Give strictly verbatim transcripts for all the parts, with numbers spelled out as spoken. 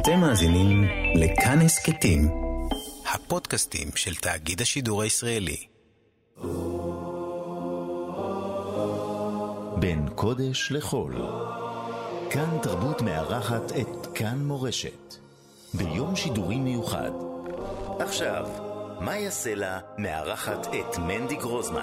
אתם מאזינים לכאן הסכתים, הפודקאסטים של תאגיד השידור הישראלי. בין קודש לחול. כאן תרבות מארחת את כאן מורשת. ביום שידורי מיוחד. עכשיו, מאיה סלע מארחת את מנדי גרוזמן.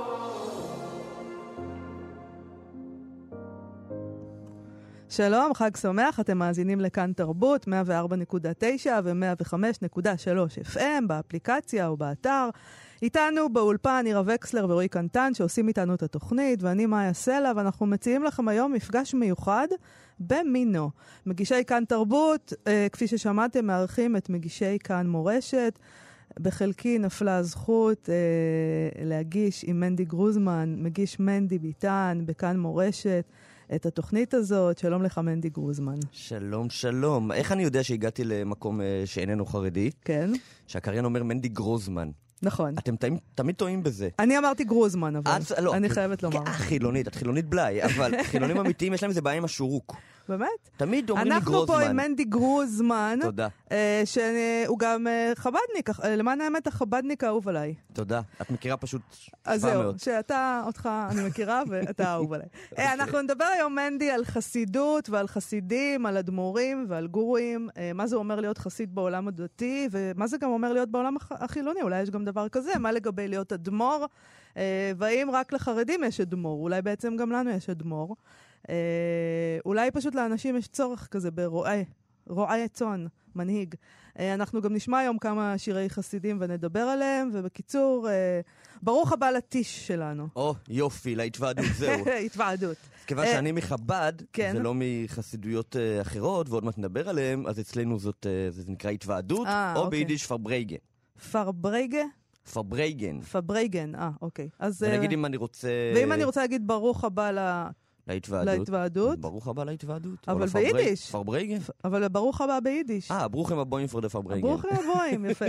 שלום, חג שמח, אתם מאזינים לכאן תרבות, מאה וארבע נקודה תשע ו-מאה וחמש נקודה שלוש אף אם, באפליקציה או באתר. איתנו באולפן נירה וקסלר ורועי קנטן שעושים איתנו את התוכנית, ואני מאיה סלע, ואנחנו מציעים לכם היום מפגש מיוחד במינו. מגישי כאן תרבות, אה, כפי ששמעתם, מארחים את מגישי כאן מורשת. בחלקי נפלה הזכות אה, להגיש עם מנדי גרוזמן, מגיש מנדי ביטן בכאן מורשת, את התוכנית הזאת. שלום לך מנדי גרוזמן. שלום, שלום. איך אני יודע שהגעתי למקום שאיננו חרדי? כן. שהקריין אומר מנדי גרוזמן. נכון. אתם תמיד, תמיד טועים בזה. אני אמרתי גרוזמן, אבל את, לא, אני חייבת לומר. חילונית, את חילונית בלעי, אבל חילונים אמיתיים יש להם איזה בעיה עם השורוק. באמת? תמיד אומרים לי גרוזמן. אנחנו פה עם מנדי גרוזמן. תודה. אה, שהוא גם אה, חבדניק, אה, למען האמת החבדניק האהוב עליי. תודה. את מכירה פשוט אז שבע זהו, מאות. שאתה, אותך אני מכירה ואתה אהוב עליי. אה, אנחנו נדבר היום מנדי על חסידות ועל חסידים, על אדמו"רים ועל גורואים, אה, מה זה אומר להיות חסיד בעולם הדתי, ומה זה גם אומר להיות בעולם הח- החילוני, אולי יש גם דבר כזה, מה לגבי להיות אדמו"ר, אה, והאם רק לחרדים יש אדמו"ר, אולי בעצם גם לנו יש אדמו"ר. אה, אולי פשוט לאנשים יש צורך כזה ברועי, רועי צאן, מנהיג. אה, אנחנו גם נשמע היום כמה שירי חסידים ונדבר עליהם, ובקיצור, אה, ברוך הבא לטיש שלנו. או, יופי, להתוועדות, זהו. התוועדות. כיוון אה, שאני מחב"ד, כן. ולא מחסידויות אה, אחרות, ועוד מעט נדבר עליהם, אז אצלנו זאת, אה, זה נקרא התוועדות, אה, או אוקיי. ביידיש פרברייגן. פרברייגה? פרברייגן. פברייגן, אה, אוקיי. אז, ונגיד אה, אם אני רוצה... ואם אני רוצה להגיד ברוך הבא ל... להתוועדות. להתוועדות. ברוך הבא להתוועדות. אבל או לפרברג- ביידיש. פרברייגן? אבל ברוך הבא ביידיש. אה, ברוכים הבאים פור דה פרברייגן. ברוכים הבאים, יפה.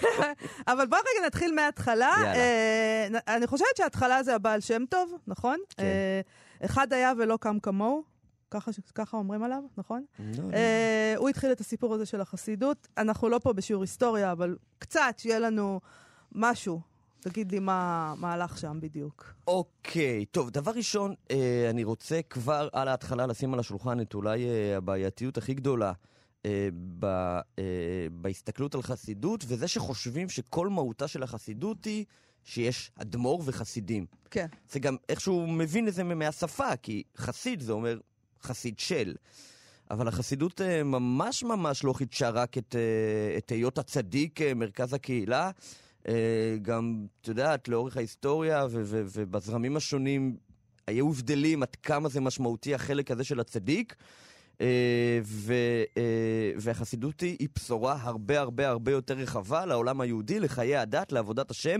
אבל בואו רגע נתחיל מההתחלה. יאללה. אה, נ- אני חושבת שההתחלה זה הבעל שם טוב, נכון? כן. אה, אחד היה ולא קם כמוהו. ככה ש- ככה אומרים עליו, נכון? לא, לא. אה, הוא התחיל את הסיפור הזה של החסידות. אנחנו לא פה בשיעור היסטוריה, אבל קצת שיהיה לנו משהו. תגיד לי מה מה הלך שם בדיוק. אוקיי, טוב, דבר ראשון, אה, אני רוצה כבר על ההתחלה לשים על השולחן את אולי אה, הבעייתיות הכי גדולה אה, ב, אה, בהסתכלות על חסידות, וזה שחושבים שכל מהותה של החסידות היא שיש אדמו"ר וחסידים. כן. זה גם איכשהו מבין את זה מהשפה, כי חסיד זה אומר חסיד של. אבל החסידות אה, ממש ממש לא חידשה רק את, אה, את היות הצדיק, אה, מרכז הקהילה, Uh, גם, את יודעת, לאורך ההיסטוריה ו- ו- ובזרמים השונים היו הבדלים עד כמה זה משמעותי החלק הזה של הצדיק, uh, ו- uh, והחסידות היא, היא בשורה הרבה הרבה הרבה יותר רחבה לעולם היהודי, לחיי הדת, לעבודת השם,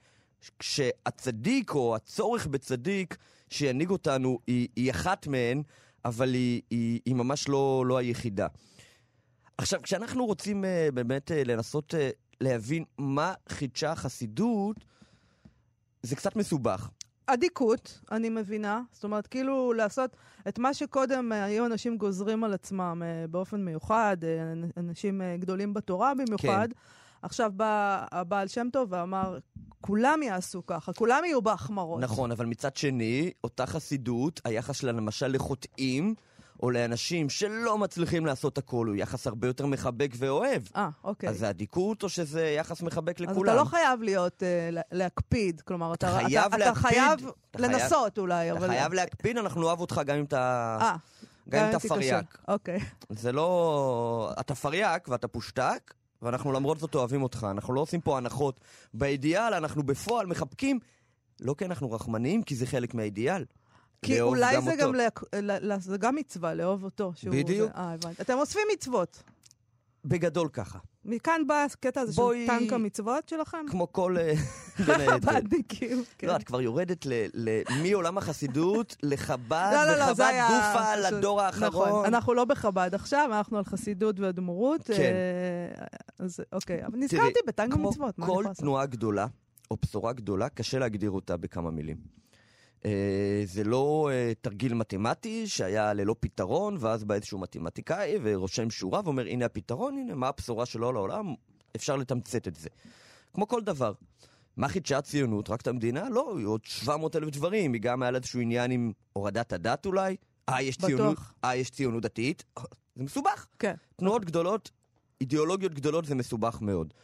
כשהצדיק או הצורך בצדיק שינהיג אותנו היא, היא אחת מהן, אבל היא, היא, היא ממש לא, לא היחידה. עכשיו, כשאנחנו רוצים uh, באמת uh, לנסות... Uh, להבין מה חידשה החסידות, זה קצת מסובך. אדיקות, אני מבינה. זאת אומרת, כאילו לעשות את מה שקודם היו אנשים גוזרים על עצמם אה, באופן מיוחד, אה, אנשים אה, גדולים בתורה במיוחד. כן. עכשיו בא הבעל שם טוב ואמר, כולם יעשו ככה, כולם יהיו בהחמרות. נכון, אבל מצד שני, אותה חסידות, היחס שלה למשל לחוטאים, או לאנשים שלא מצליחים לעשות הכל, הוא יחס הרבה יותר מחבק ואוהב. אה, אוקיי. אז זה עדיקות או שזה יחס מחבק לכולם? אז אתה לא חייב להיות, uh, להקפיד, כלומר, אתה, אתה חייב אתה, להקפיד. אתה חייב אתה לנסות חייב, אולי. אתה אבל... חייב להקפיד, אנחנו לא אוהב אותך גם אם אתה... אה, גם אם אתה פריאק. אוקיי. זה לא... אתה פריאק ואתה פושטק, ואנחנו למרות זאת אוהבים אותך. אנחנו לא עושים פה הנחות. באידיאל אנחנו בפועל מחבקים, לא כי אנחנו רחמנים, כי זה חלק מהאידיאל. כי אולי זה גם, לה, זה גם מצווה, לאהוב אותו. בדיוק. זה, אה, הבנתי. אתם אוספים מצוות. בגדול ככה. מכאן בא הקטע הזה בואי... של טנק המצוות שלכם? כמו כל... בין היתר. חבדניקים. כן. לא, את כבר יורדת ל... ל... מעולם החסידות לחב"ד, לא, לא, לא, וחב"ד היה... גופה פשוט... לדור האחרון. נכון, אנחנו לא בחב"ד עכשיו, אנחנו על חסידות ואדמו"רות. כן. אה... אז אוקיי, אבל נזכרתי בטנק המצוות. כמו כל תנועה גדולה, או בשורה גדולה, קשה להגדיר אותה בכמה מילים. זה לא תרגיל מתמטי שהיה ללא פתרון, ואז בא איזשהו מתמטיקאי ורושם שורה ואומר, הנה הפתרון, הנה מה הבשורה שלו לעולם, אפשר לתמצת את זה. כמו כל דבר. מה חידשה הציונות? רק את המדינה? לא, עוד שבע מאות אלף דברים. היא גם היה לה איזשהו עניין עם הורדת הדת אולי. אה, יש ציונות, אה, יש ציונות דתית. זה מסובך. כן. תנועות גדולות, אידיאולוגיות גדולות, זה מסובך מאוד.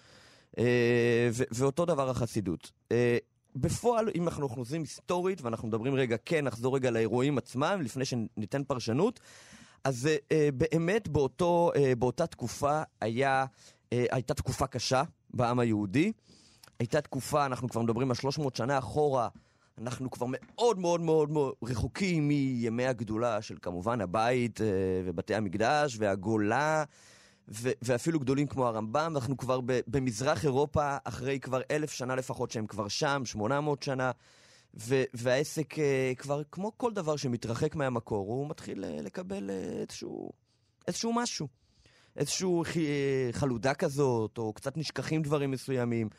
אה, ו- ואותו דבר החסידות. אה, בפועל, אם אנחנו חוזרים היסטורית, ואנחנו מדברים רגע, כן, נחזור רגע לאירועים עצמם, לפני שניתן פרשנות, אז אה, באמת באותו, אה, באותה תקופה היה, אה, הייתה תקופה קשה בעם היהודי. הייתה תקופה, אנחנו כבר מדברים על שלוש מאות שנה אחורה, אנחנו כבר מאוד מאוד מאוד, מאוד רחוקים מימי הגדולה של כמובן הבית אה, ובתי המקדש והגולה, ו- ואפילו גדולים כמו הרמב"ם. אנחנו כבר ב- במזרח אירופה, אחרי כבר אלף שנה לפחות שהם כבר שם, שמונה מאות שנה, ו- והעסק אה, כבר כמו כל דבר שמתרחק מהמקור, הוא מתחיל אה, לקבל אה, איזשהו, איזשהו משהו. איזשהו ח- חלודה כזאת, או קצת נשכחים דברים מסוימים.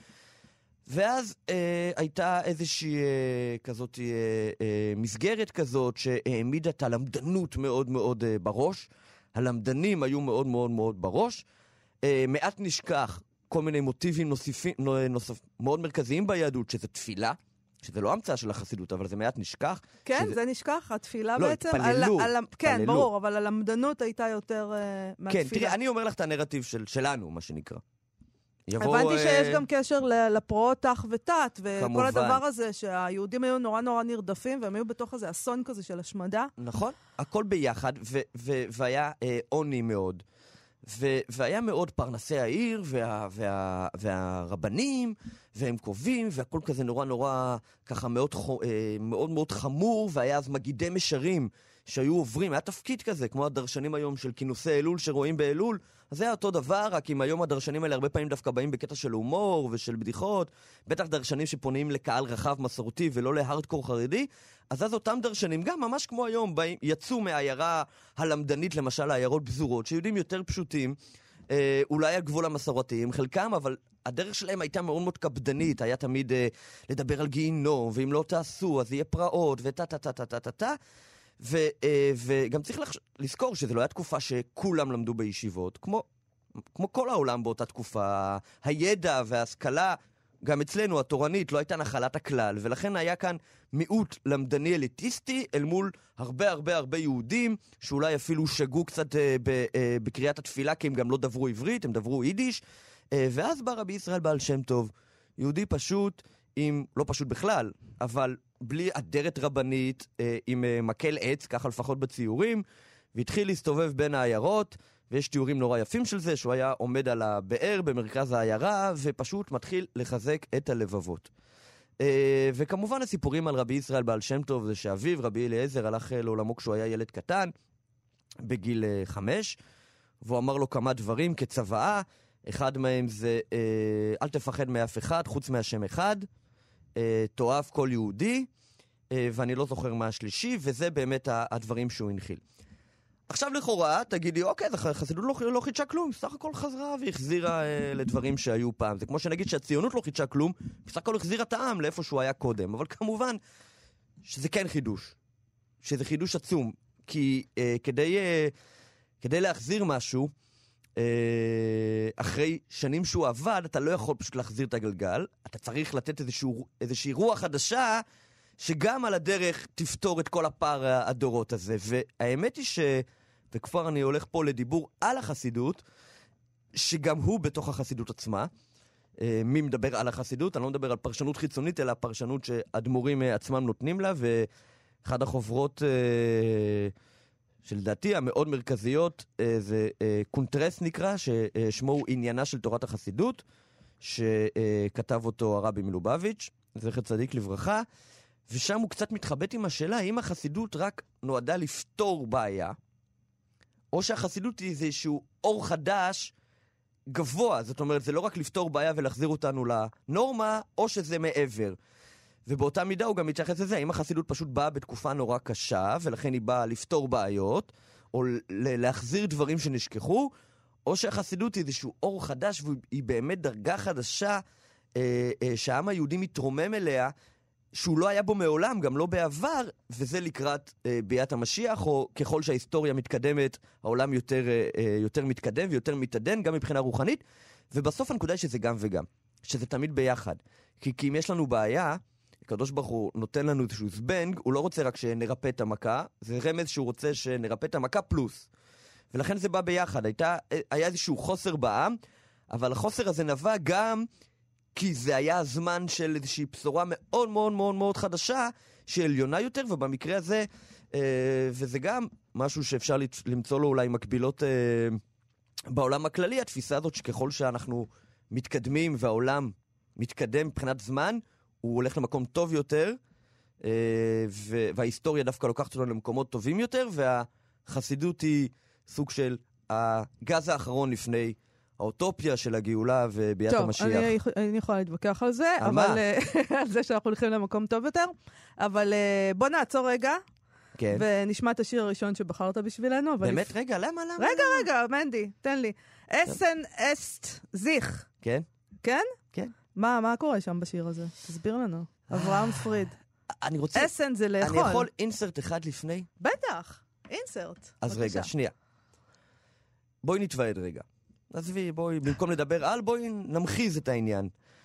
ואז אה, הייתה איזושהי אה, כזאת אה, אה, מסגרת כזאת שהעמידה את הלמדנות מאוד מאוד אה, בראש. הלמדנים היו מאוד מאוד מאוד בראש. אה, מעט נשכח כל מיני מוטיבים נוספים, נוסף, מאוד מרכזיים ביהדות, שזה תפילה, שזה לא המצאה של החסידות, אבל זה מעט נשכח. כן, שזה... זה נשכח, התפילה לא, בעצם. התפללו, על, על, כן, התפללו. ברור, אבל הלמדנות הייתה יותר uh, מהתפילה. כן, תראי, אני אומר לך את הנרטיב של, שלנו, מה שנקרא. יבוא, הבנתי שיש אה... גם קשר לפרעות תח ותת, וכל כמובן. הדבר הזה שהיהודים היו נורא נורא נרדפים, והם היו בתוך איזה אסון כזה של השמדה. נכון, הכל ביחד, ו- ו- והיה אה, עוני מאוד. ו- והיה מאוד פרנסי העיר, וה- וה- והרבנים, והם קובעים, והכל כזה נורא נורא, ככה מאוד, אה, מאוד מאוד חמור, והיה אז מגידי משרים שהיו עוברים, היה תפקיד כזה, כמו הדרשנים היום של כינוסי אלול שרואים באלול, אז זה היה אותו דבר, רק אם היום הדרשנים האלה הרבה פעמים דווקא באים בקטע של הומור ושל בדיחות, בטח דרשנים שפונים לקהל רחב מסורתי ולא להארדקור חרדי, אז אז אותם דרשנים, גם ממש כמו היום, באים, יצאו מהעיירה הלמדנית, למשל העיירות בזורות, שיהודים יותר פשוטים, אה, אולי על גבול המסורתיים, חלקם, אבל הדרך שלהם הייתה מאוד מאוד קפדנית, היה תמיד אה, לדבר על גיהינום, ואם לא תעשו, אז יהיה פרעות, וטה טה טה טה טה טה טה. ו, אה, וגם צריך לחש... לזכור שזה לא היה תקופה שכולם למדו בישיבות, כמו, כמו כל העולם באותה תקופה, הידע וההשכלה, גם אצלנו התורנית, לא הייתה נחלת הכלל, ולכן היה כאן מיעוט למדני אליטיסטי, אל מול הרבה הרבה הרבה יהודים, שאולי אפילו שגו קצת אה, ב, אה, בקריאת התפילה, כי הם גם לא דברו עברית, הם דברו יידיש, אה, ואז בא רבי ישראל בעל שם טוב, יהודי פשוט, עם, לא פשוט בכלל, אבל בלי אדרת רבנית, אה, עם אה, מקל עץ, ככה לפחות בציורים, והתחיל להסתובב בין העיירות, ויש תיאורים נורא יפים של זה, שהוא היה עומד על הבאר במרכז העיירה, ופשוט מתחיל לחזק את הלבבות. אה, וכמובן הסיפורים על רבי ישראל בעל שם טוב, זה שאביו, רבי אליעזר, הלך לעולמו כשהוא היה ילד קטן, בגיל אה, חמש, והוא אמר לו כמה דברים כצוואה, אחד מהם זה, אה, אל תפחד מאף אחד, חוץ מהשם אחד, אה, תאהב כל יהודי, אה, ואני לא זוכר מה השלישי, וזה באמת הדברים שהוא הנחיל. עכשיו לכאורה, תגידי, אוקיי, החסידות לא, לא חידשה כלום, בסך הכל חזרה והחזירה אה, לדברים שהיו פעם. זה כמו שנגיד שהציונות לא חידשה כלום, בסך הכל החזירה את העם לאיפה שהוא היה קודם. אבל כמובן שזה כן חידוש, שזה חידוש עצום, כי אה, כדי, אה, כדי להחזיר משהו, אה, אחרי שנים שהוא עבד, אתה לא יכול פשוט להחזיר את הגלגל, אתה צריך לתת איזשהו, איזושהי רוח חדשה, שגם על הדרך תפתור את כל הפער הדורות הזה. והאמת היא ש... וכבר אני הולך פה לדיבור על החסידות, שגם הוא בתוך החסידות עצמה. מי מדבר על החסידות? אני לא מדבר על פרשנות חיצונית, אלא פרשנות שהאדמו"רים עצמם נותנים לה, ואחד החוברות שלדעתי המאוד מרכזיות, זה קונטרס נקרא, ששמו הוא עניינה של תורת החסידות, שכתב אותו הרבי מלובביץ', זכר צדיק לברכה, ושם הוא קצת מתחבט עם השאלה, האם החסידות רק נועדה לפתור בעיה, או שהחסידות היא איזשהו אור חדש גבוה, זאת אומרת, זה לא רק לפתור בעיה ולהחזיר אותנו לנורמה, או שזה מעבר. ובאותה מידה הוא גם מתייחס לזה, האם החסידות פשוט באה בתקופה נורא קשה, ולכן היא באה לפתור בעיות, או להחזיר דברים שנשכחו, או שהחסידות היא איזשהו אור חדש, והיא באמת דרגה חדשה, אה, אה, שהעם היהודי מתרומם אליה, שהוא לא היה בו מעולם, גם לא בעבר, וזה לקראת אה, ביאת המשיח, או ככל שההיסטוריה מתקדמת, העולם יותר, אה, יותר מתקדם ויותר מתעדן, גם מבחינה רוחנית, ובסוף הנקודה היא שזה גם וגם, שזה תמיד ביחד. כי, כי אם יש לנו בעיה, הקדוש ברוך הוא נותן לנו איזשהו זבנג, הוא לא רוצה רק שנרפא את המכה, זה רמז שהוא רוצה שנרפא את המכה פלוס. ולכן זה בא ביחד. הייתה, היה איזשהו חוסר בעם, אבל החוסר הזה נבע גם כי זה היה הזמן של איזושהי בשורה מאוד מאוד מאוד מאוד חדשה, שעליונה יותר, ובמקרה הזה, אה, וזה גם משהו שאפשר למצוא לו אולי מקבילות אה, בעולם הכללי, התפיסה הזאת שככל שאנחנו מתקדמים והעולם מתקדם מבחינת זמן, הוא הולך למקום טוב יותר, אה, וההיסטוריה דווקא לוקחת אותנו למקומות טובים יותר, והחסידות היא סוג של הגז האחרון לפני האוטופיה של הגאולה וביאת טוב, המשיח. טוב, אני, אני יכולה להתווכח על זה, על אבל על זה שאנחנו הולכים למקום טוב יותר, אבל בוא נעצור רגע, כן. ונשמע את השיר הראשון שבחרת בשבילנו. באמת? לפ... רגע, למה? למה? רגע, רגע, מנדי, תן לי. אסן אסט זיך. כן? כן? כן. מה, מה קורה שם בשיר הזה? תסביר לנו. אברהם פריד. אני רוצה... אסן זה לאכול. אני יכול אינסרט אחד לפני? בטח, אינסרט. אז בבקשה. רגע, שנייה. בואי נתוועד רגע. עזבי, בואי, במקום לדבר על, בואי נמחיז את העניין.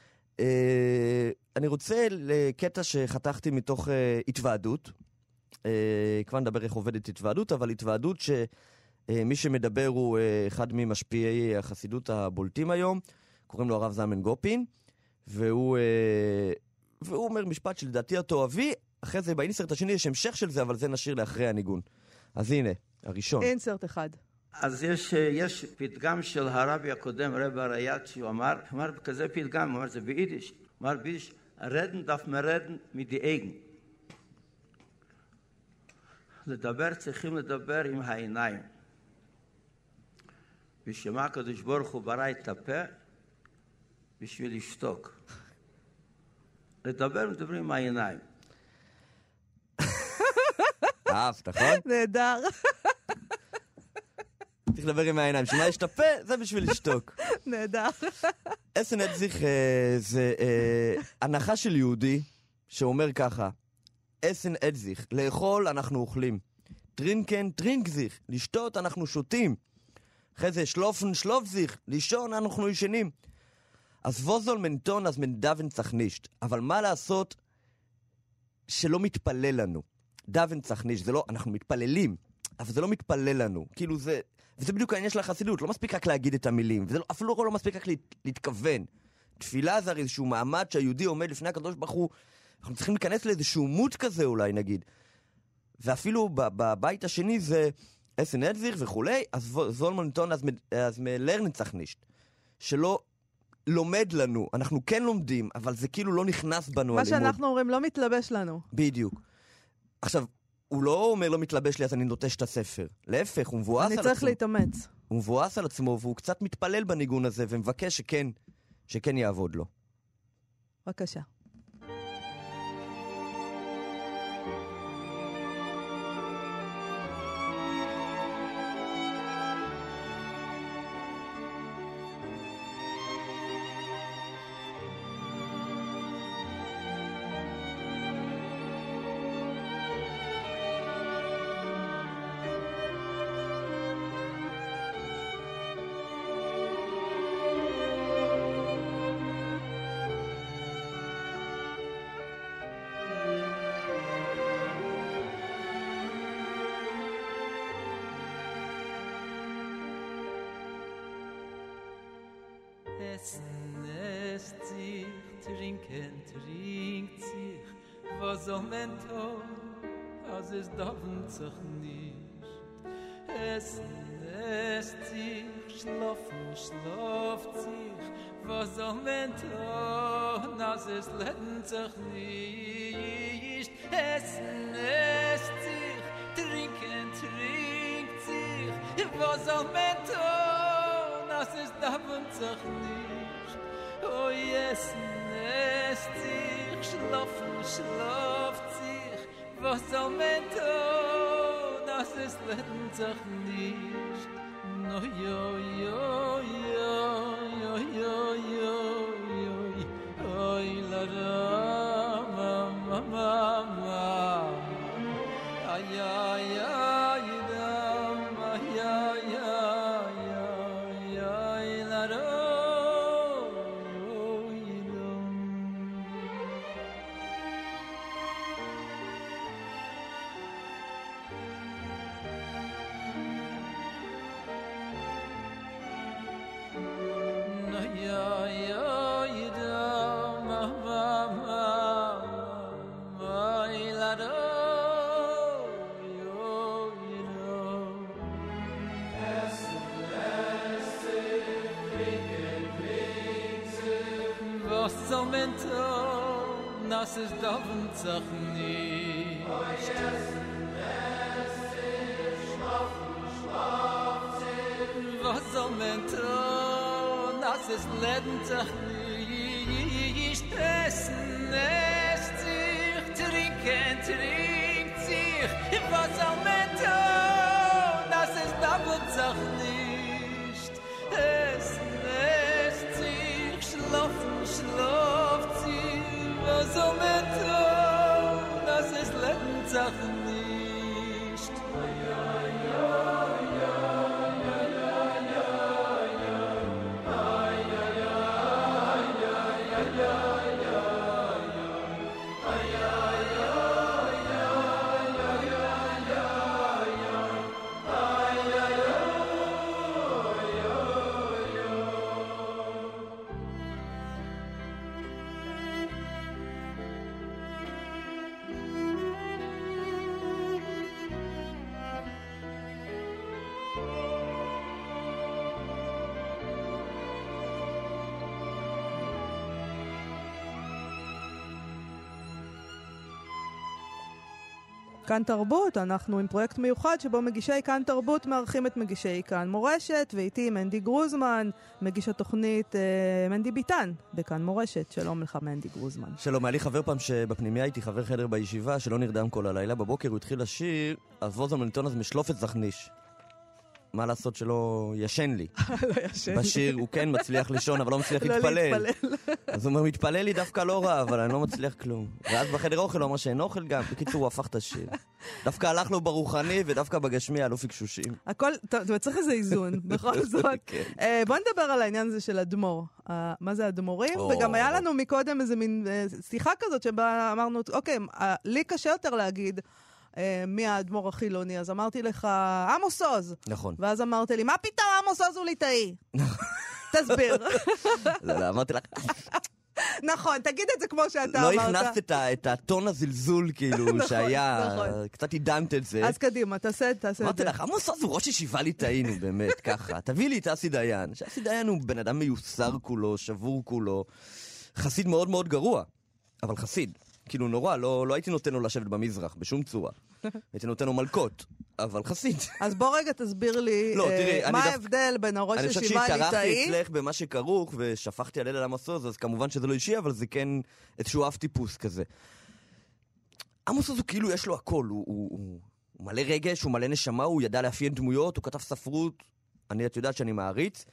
אה, אני רוצה לקטע שחתכתי מתוך אה, התוועדות. אה, כבר נדבר איך עובדת התוועדות, אבל התוועדות שמי שמדבר הוא אה, אחד ממשפיעי החסידות הבולטים היום, קוראים לו הרב זלמן גופין, והוא, אה, והוא אומר משפט שלדעתי התואבי, אחרי זה באינסרט השני יש המשך של זה, אבל זה נשאיר לאחרי הניגון. אז הנה, הראשון. אינסרט אחד. אז יש, יש פתגם של הרבי הקודם, רב הריי"צ, שהוא אמר, אמר כזה פתגם, הוא אמר זה ביידיש, הוא אמר ביידיש, רדן דף מרדן מדי אגן. לדבר צריכים לדבר עם העיניים. בשביל מה הקדוש ברוך הוא ברא את הפה? בשביל לשתוק. לדבר מדברים עם העיניים. אהבת, נכון? נהדר. צריך לדבר עם העיניים. שמה יש את הפה, זה בשביל לשתוק. נהדר. אסן אדזיך זה הנחה של יהודי שאומר ככה, אסן אדזיך, לאכול אנחנו אוכלים. טרינקן טרינקזיך, לשתות אנחנו שותים. אחרי זה שלופן שלופזיך, לישון אנחנו ישנים. אז ווזול מנטון אז מנדוון צריך נישט. אבל מה לעשות שלא מתפלל לנו? דוון צריך נישט, זה לא, אנחנו מתפללים, אבל זה לא מתפלל לנו. כאילו זה... וזה בדיוק העניין של החסידות, לא מספיק רק להגיד את המילים, ואפילו לא, לא מספיק רק להת, להתכוון. תפילה זה הרי איזשהו מעמד שהיהודי עומד לפני הקדוש ברוך הוא, אנחנו צריכים להיכנס לאיזשהו מות כזה אולי נגיד. ואפילו בבית השני זה אסן אדזיך וכולי, אז זולמן טון אז, אז מלרנן צריך נישט. שלא לומד לנו, אנחנו כן לומדים, אבל זה כאילו לא נכנס בנו מה הלימוד. שאנחנו אומרים לא מתלבש לנו. בדיוק. עכשיו, הוא לא אומר לא מתלבש לי אז אני נוטש את הספר. להפך, הוא מבואס על עצמו. אני צריך להתאמץ. הוא מבואס על עצמו והוא קצת מתפלל בניגון הזה ומבקש שכן, שכן יעבוד לו. בבקשה. Essen esst sich, trinken trinkt sich, was soll man tun, als es darf sich nicht. Essen esst sich, schlafen schlaft sich, was soll man tun, als es lernt sich nicht. Essen esst sich, trinken trinkt sich, was soll man tun, als es darf sich nicht. Oh, essen esst sich, schlafen schlaft sich, was soll man tun, als es lernt sich nicht. No, yo, yo, yo, yo, yo, yo, yo, oi, la, ra, ma, ma, yo yo you do ma ma ma ma la do yo you do es lässt kriegen kriegen was soll man tun das ist doch und sag nie oh yes was soll man tun, das ist leidenschaft nicht essen, esst sich, trinken, trinkt sich. Was soll man tun, das ist leidenschaft nicht essen, esst sich, schlafen, schlaft sich. Was soll man tun, das ist leidenschaft nicht. כאן תרבות, אנחנו עם פרויקט מיוחד שבו מגישי כאן תרבות מארחים את מגישי כאן מורשת, ואיתי מנדי גרוזמן, מגיש התוכנית אה, מנדי ביטן בכאן מורשת. שלום לך מנדי גרוזמן. שלום, היה לי חבר פעם שבפנימיה הייתי חבר חדר בישיבה שלא נרדם כל הלילה, בבוקר הוא התחיל לשיר, אז ווזם לניתון אז משלופת זכניש. מה לעשות שלא ישן לי? לא ישן לי. בשיר הוא כן מצליח לישון, אבל לא מצליח להתפלל. אז הוא אומר, מתפלל לי דווקא לא רע, אבל אני לא מצליח כלום. ואז בחדר אוכל הוא אמר שאין אוכל גם. בקיצור, הוא הפך את השיר. דווקא הלך לו ברוחני, ודווקא בגשמי עלו פיקשושים. הכל, טוב, צריך איזה איזון, בכל זאת. בוא נדבר על העניין הזה של אדמו"ר. מה זה אדמו"רים? וגם היה לנו מקודם איזה מין שיחה כזאת, שבה אמרנו, אוקיי, לי קשה יותר להגיד, מי האדמו"ר החילוני, אז אמרתי לך, עמוס עוז. נכון. ואז אמרת לי, מה פתאום עמוס עוז הוא ליטאי? תסביר. לא, לא, אמרתי לך... נכון, תגיד את זה כמו שאתה לא אמרת. לא הכנסת את הטון הזלזול כאילו שהיה, קצת עידנת את זה. אז קדימה, תעשה את זה. אמרתי לך, עמוס עוז הוא ראש ישיבה ליטאי, נו באמת, ככה. תביא לי את אסי דיין. שאסי דיין הוא בן אדם מיוסר כולו, שבור כולו, חסיד מאוד מאוד גרוע, אבל חסיד. כאילו נורא, לא, לא הייתי נותן לו לשבת במזרח, בשום צורה. הייתי נותן לו מלכות, אבל חסיד. אז בוא רגע תסביר לי לא, תראי, אה, מה ההבדל דף... בין הראש ישיבה ליטאי. אני חושב שהתארחתי אצלך במה שכרוך, ושפכתי על אלה לעמוס עוז, אז כמובן שזה לא אישי, אבל זה כן איזשהו אף טיפוס כזה. עמוס עוז הוא כאילו יש לו הכל, הוא, הוא, הוא, הוא מלא רגש, הוא מלא נשמה, הוא ידע לאפיין דמויות, הוא כתב ספרות, אני את יודעת שאני מעריץ,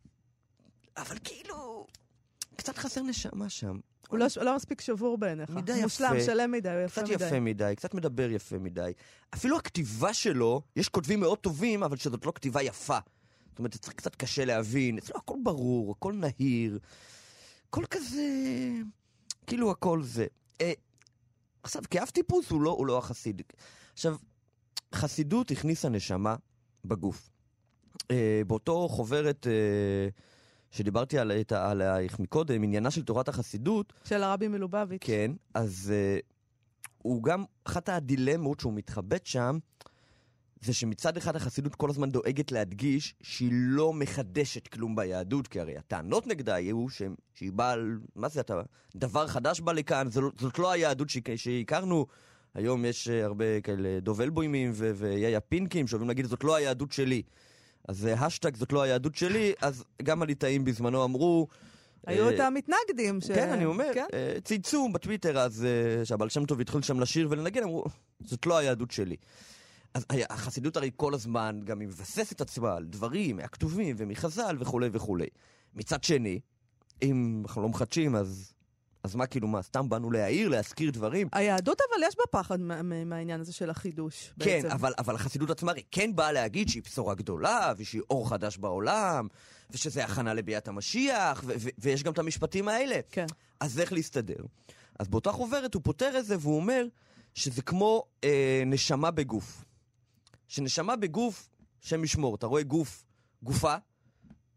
אבל כאילו, קצת חסר נשמה שם. הוא לא, לא מספיק שבור בעיניך. מדי יפה. מושלם, שלם מדי, יפה קצת מדי. יפה מדי, קצת מדבר יפה מדי. אפילו הכתיבה שלו, יש כותבים מאוד טובים, אבל שזאת לא כתיבה יפה. זאת אומרת, זה קצת קשה להבין. אצלו הכל ברור, הכל נהיר. הכל כזה... כאילו הכל זה. אה, עכשיו, כאף טיפוס הוא לא, הוא לא החסיד. עכשיו, חסידות הכניסה נשמה בגוף. אה, באותו חוברת... אה, שדיברתי על, עלייך מקודם, עניינה של תורת החסידות. של הרבי מלובביץ'. כן, אז uh, הוא גם, אחת הדילמות שהוא מתחבט שם, זה שמצד אחד החסידות כל הזמן דואגת להדגיש שהיא לא מחדשת כלום ביהדות, כי הרי הטענות נגדה היו ש... שהיא באה, מה זה, אתה, דבר חדש בא לכאן, זאת, זאת לא היהדות ש... שהכרנו, היום יש הרבה כאלה דובלבוימים ו... ויהיה פינקים שאוהבים להגיד, זאת לא היהדות שלי. אז השטג זאת לא היהדות שלי, אז גם הליטאים בזמנו אמרו... היו את המתנגדים. כן, אני אומר, צייצו בטוויטר, אז שהבעל שם טוב התחיל שם לשיר ולנגן, אמרו, זאת לא היהדות שלי. אז החסידות הרי כל הזמן גם היא מבססת את עצמה על דברים, מהכתובים ומחז"ל וכו' וכו'. מצד שני, אם אנחנו לא מחדשים, אז... אז מה, כאילו, מה, סתם באנו להעיר, להזכיר דברים? היהדות אבל יש בה פחד מהעניין הזה של החידוש. כן, אבל, אבל החסידות עצמה כן באה להגיד שהיא בשורה גדולה, ושהיא אור חדש בעולם, ושזה הכנה לביאת המשיח, ו- ו- ויש גם את המשפטים האלה. כן. אז איך להסתדר? אז באותה חוברת הוא פותר את זה, והוא אומר שזה כמו אה, נשמה בגוף. שנשמה בגוף, שם משמור, אתה רואה גוף, גופה,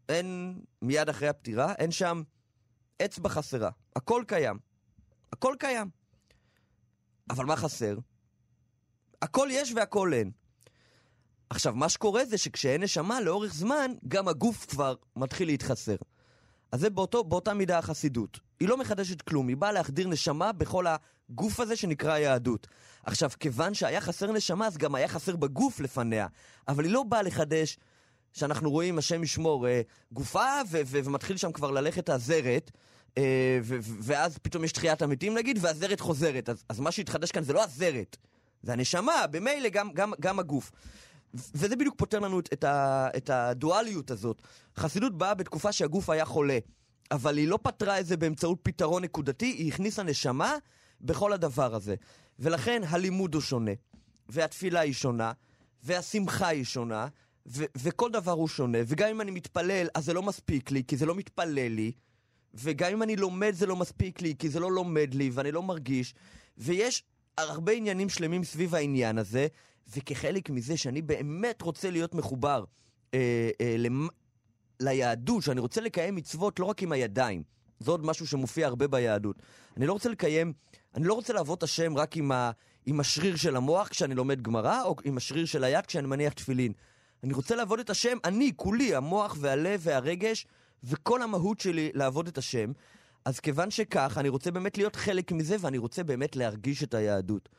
אין, מיד אחרי הפטירה, אין שם אצבע חסרה. הכל קיים. הכל קיים. אבל מה חסר? הכל יש והכל אין. עכשיו, מה שקורה זה שכשאין נשמה לאורך זמן, גם הגוף כבר מתחיל להתחסר. אז זה באותו, באותה מידה החסידות. היא לא מחדשת כלום, היא באה להחדיר נשמה בכל הגוף הזה שנקרא יהדות. עכשיו, כיוון שהיה חסר נשמה, אז גם היה חסר בגוף לפניה. אבל היא לא באה לחדש, שאנחנו רואים, השם ישמור, אה, גופה, ו- ו- ומתחיל שם כבר ללכת הזרת, אה, ו- ו- ואז פתאום יש תחיית המתים נגיד, והזרת חוזרת. אז, אז מה שהתחדש כאן זה לא הזרת, זה הנשמה, במילא גם, גם, גם הגוף. וזה בדיוק פותר לנו את, ה, את הדואליות הזאת. חסידות באה בתקופה שהגוף היה חולה, אבל היא לא פתרה את זה באמצעות פתרון נקודתי, היא הכניסה נשמה בכל הדבר הזה. ולכן הלימוד הוא שונה, והתפילה היא שונה, והשמחה היא שונה, ו- וכל דבר הוא שונה. וגם אם אני מתפלל, אז זה לא מספיק לי, כי זה לא מתפלל לי, וגם אם אני לומד, זה לא מספיק לי, כי זה לא לומד לי, ואני לא מרגיש. ויש הרבה עניינים שלמים סביב העניין הזה, וכחלק מזה שאני באמת רוצה להיות מחובר אה, אה, למ... ליהדות, שאני רוצה לקיים מצוות לא רק עם הידיים, זה עוד משהו שמופיע הרבה ביהדות. אני לא רוצה לקיים, אני לא רוצה לעבוד השם רק עם, ה... עם השריר של המוח כשאני לומד גמרא, או עם השריר של היד כשאני מניח תפילין. אני רוצה לעבוד את השם, אני, כולי, המוח והלב והרגש, וכל המהות שלי לעבוד את השם. אז כיוון שכך, אני רוצה באמת להיות חלק מזה, ואני רוצה באמת להרגיש את היהדות.